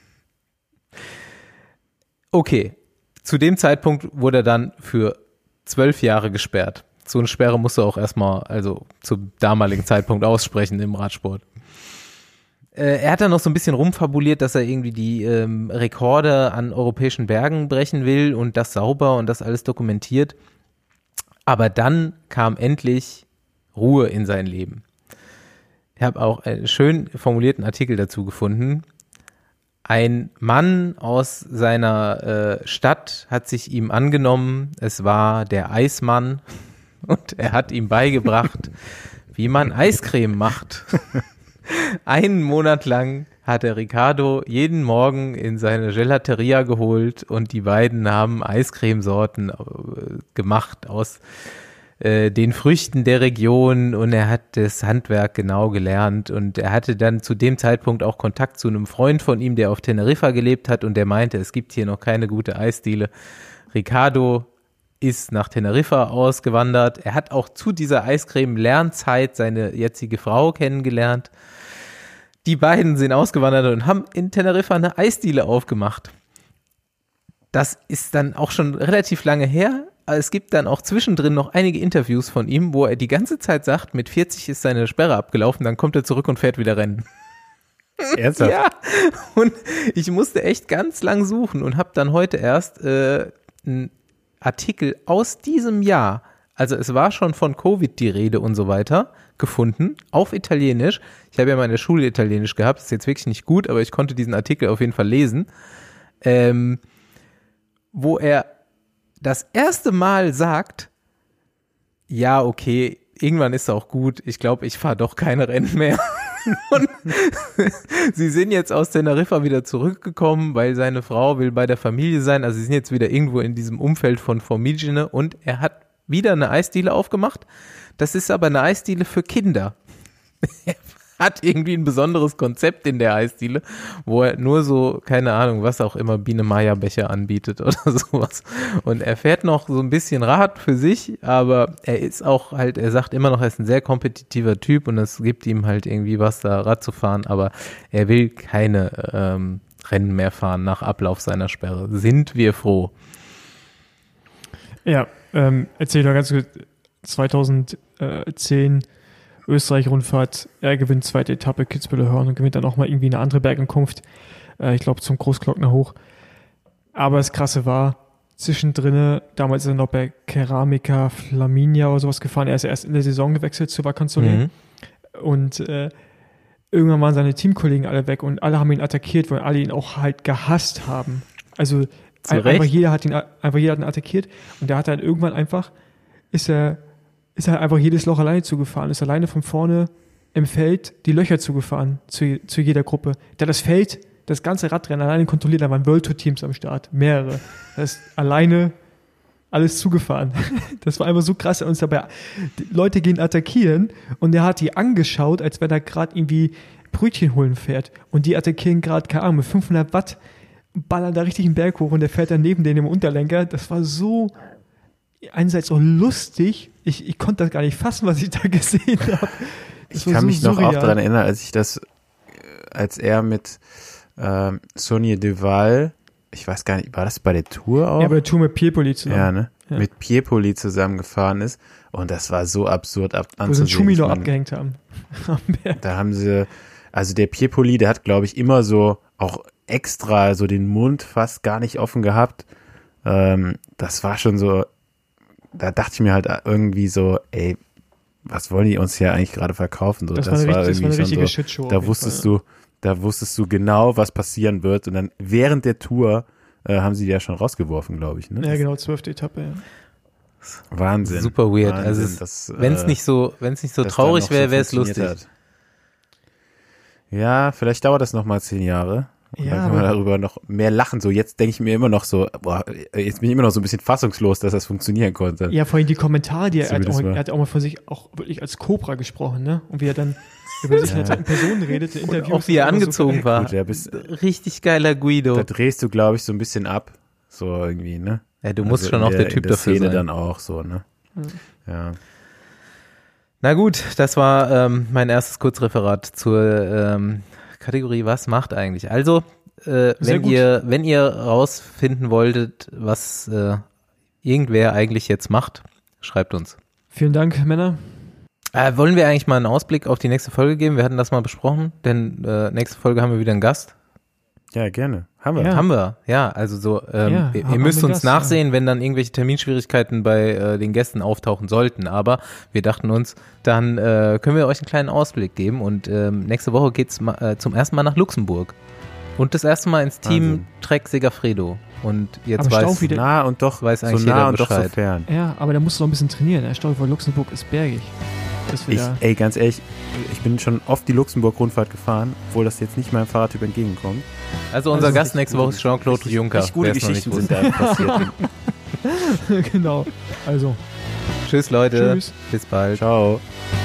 Okay, zu dem Zeitpunkt wurde er dann für zwölf Jahre gesperrt. So eine Sperre musst du auch erstmal, also zum damaligen Zeitpunkt aussprechen im Radsport. Äh, er hat dann noch so ein bisschen rumfabuliert, dass er irgendwie die ähm, Rekorde an europäischen Bergen brechen will und das sauber und das alles dokumentiert. Aber dann kam endlich Ruhe in sein Leben. Ich habe auch einen schön formulierten Artikel dazu gefunden. Ein Mann aus seiner äh, Stadt hat sich ihm angenommen, es war der Eismann und er hat ihm beigebracht, wie man Eiscreme macht. Einen Monat lang hat der Ricardo jeden Morgen in seine Gelateria geholt und die beiden haben Eiscremesorten äh, gemacht aus äh, den Früchten der Region und er hat das Handwerk genau gelernt und er hatte dann zu dem Zeitpunkt auch Kontakt zu einem Freund von ihm, der auf Teneriffa gelebt hat und der meinte, es gibt hier noch keine gute Eisdiele. Ricardo ist nach Teneriffa ausgewandert. Er hat auch zu dieser Eiscreme-Lernzeit seine jetzige Frau kennengelernt. Die beiden sind ausgewandert und haben in Teneriffa eine Eisdiele aufgemacht. Das ist dann auch schon relativ lange her. Es gibt dann auch zwischendrin noch einige Interviews von ihm, wo er die ganze Zeit sagt, mit vierzig ist seine Sperre abgelaufen, dann kommt er zurück und fährt wieder Rennen. Ernsthaft? Ja, und ich musste echt ganz lang suchen und habe dann heute erst äh, einen Artikel aus diesem Jahr, also es war schon von Covid die Rede und so weiter, gefunden, auf Italienisch. Ich habe ja mal in der Schule Italienisch gehabt, das ist jetzt wirklich nicht gut, aber ich konnte diesen Artikel auf jeden Fall lesen, ähm, wo er das erste Mal sagt, ja, okay, irgendwann ist es auch gut, ich glaube, ich fahre doch keine Rennen mehr. Und sie sind jetzt aus Teneriffa wieder zurückgekommen, weil seine Frau will bei der Familie sein, also sie sind jetzt wieder irgendwo in diesem Umfeld von Formigine und er hat wieder eine Eisdiele aufgemacht. Das ist aber eine Eisdiele für Kinder. Er hat irgendwie ein besonderes Konzept in der Eisdiele, wo er nur so, keine Ahnung, was auch immer, Biene-Meier-Becher anbietet oder sowas. Und er fährt noch so ein bisschen Rad für sich, aber er ist auch halt, er sagt immer noch, er ist ein sehr kompetitiver Typ und es gibt ihm halt irgendwie was, da Rad zu fahren, aber er will keine ähm, Rennen mehr fahren nach Ablauf seiner Sperre. Sind wir froh. Ja, ähm, erzähl doch ganz kurz, zweitausendzehn Österreich-Rundfahrt, er gewinnt zweite Etappe, Kitzbüheler Hörn und gewinnt dann auch mal irgendwie eine andere Bergankunft, äh, ich glaube zum Großglockner hoch. Aber das Krasse war, zwischendrin, damals ist er noch bei Ceramica Flaminia oder sowas gefahren, er ist erst in der Saison gewechselt zu Vacansoleil mhm. und äh, irgendwann waren seine Teamkollegen alle weg und alle haben ihn attackiert, weil alle ihn auch halt gehasst haben. Also ein, einfach jeder hat ihn einfach jeder hat ihn attackiert und der hat dann irgendwann einfach, ist er ist er einfach jedes Loch alleine zugefahren, ist alleine von vorne im Feld die Löcher zugefahren zu, zu jeder Gruppe. Der hat das Feld, das ganze Radrennen alleine kontrolliert, da waren World Tour Teams am Start, mehrere. Das ist alleine alles zugefahren. Das war einfach so krass. Und dabei, die Leute gehen attackieren und er hat die angeschaut, als wenn er gerade irgendwie Brötchen holen fährt. Und die attackieren gerade, keine Ahnung, mit fünfhundert Watt, ballern da richtig einen Berg hoch und der fährt dann neben denen im Unterlenker. Das war so einerseits auch lustig. Ich, ich konnte das gar nicht fassen, was ich da gesehen habe. Ich kann so mich noch surreal. Auch daran erinnern, als ich das, als er mit ähm, Sonia Duval, ich weiß gar nicht, war das bei der Tour auch? Ja, bei der Tour mit Piepoli zusammen. Ja, ne? Ja. Mit Piepoli zusammengefahren ist. Und das war so absurd ab, anzusehen. Wo sie einen Schumi noch abgehängt haben. Da haben sie, also der Piepoli, der hat, glaube ich, immer so auch extra so den Mund fast gar nicht offen gehabt. Ähm, das war schon so, da dachte ich mir halt irgendwie so, ey, was wollen die uns hier eigentlich gerade verkaufen? So, das, das war, war richtig, irgendwie das war eine schon richtige so, da wusstest Fall, du, da wusstest du genau, was passieren wird. Und dann während der Tour äh, haben sie die ja schon rausgeworfen, glaube ich. Ne? Ja, genau, zwölfte Etappe, ja. Wahnsinn. Super weird. Wahnsinn, also wenn es nicht so, wenn es nicht so traurig wäre, wäre es lustig. Hat. Ja, vielleicht dauert das noch mal zehn Jahre. Und ja, dann kann man darüber noch mehr lachen. So, jetzt denke ich mir immer noch so, boah, jetzt bin ich immer noch so ein bisschen fassungslos, dass das funktionieren konnte. Ja, vor allem die Kommentare, die er, hat auch, er hat auch mal von sich auch wirklich als Cobra gesprochen, ne? Und wie er dann über sich in der zweiten Person redet, der Interview. Auch wie er angezogen so war. Gut, ja, bist, richtig geiler Guido. Da drehst du, glaube ich, so ein bisschen ab. So irgendwie, ne? Ja, du musst also schon auch der, der Typ der dafür Szene sein. Dann auch so, ne? Mhm. Ja. Na gut, das war ähm, mein erstes Kurzreferat zur ähm, Kategorie Was macht eigentlich? Also, äh, wenn ihr wenn ihr rausfinden wolltet, was äh, irgendwer eigentlich jetzt macht, schreibt uns. Vielen Dank, Männer. Äh, wollen wir eigentlich mal einen Ausblick auf die nächste Folge geben? Wir hatten das mal besprochen, denn äh, nächste Folge haben wir wieder einen Gast. Ja, gerne. Haben wir. Ja. Haben wir, ja. Also so, ähm, ja, ihr, ihr müsst uns Gast, nachsehen, ja. wenn dann irgendwelche Terminschwierigkeiten bei äh, den Gästen auftauchen sollten. Aber wir dachten uns, dann äh, können wir euch einen kleinen Ausblick geben. Und ähm, nächste Woche geht's ma- äh, zum ersten Mal nach Luxemburg. Und das erste Mal ins Team Wahnsinn. Trek Segafredo. Und jetzt aber weiß, wieder, nah und doch weiß eigentlich so nah jeder und Bescheid. Doch so fern. Ja, aber da musst du noch ein bisschen trainieren. Der Stau vor Luxemburg ist bergig. Ich, ey, ganz ehrlich, ich bin schon oft die Luxemburg-Rundfahrt gefahren, obwohl das jetzt nicht meinem Fahrradtyp entgegenkommt. Also unser also Gast nächste Woche ist Jean-Claude Juncker. Richtig gute Geschichten sind da passiert. Genau. Also. Tschüss, Leute. Tschüss. Bis bald. Ciao.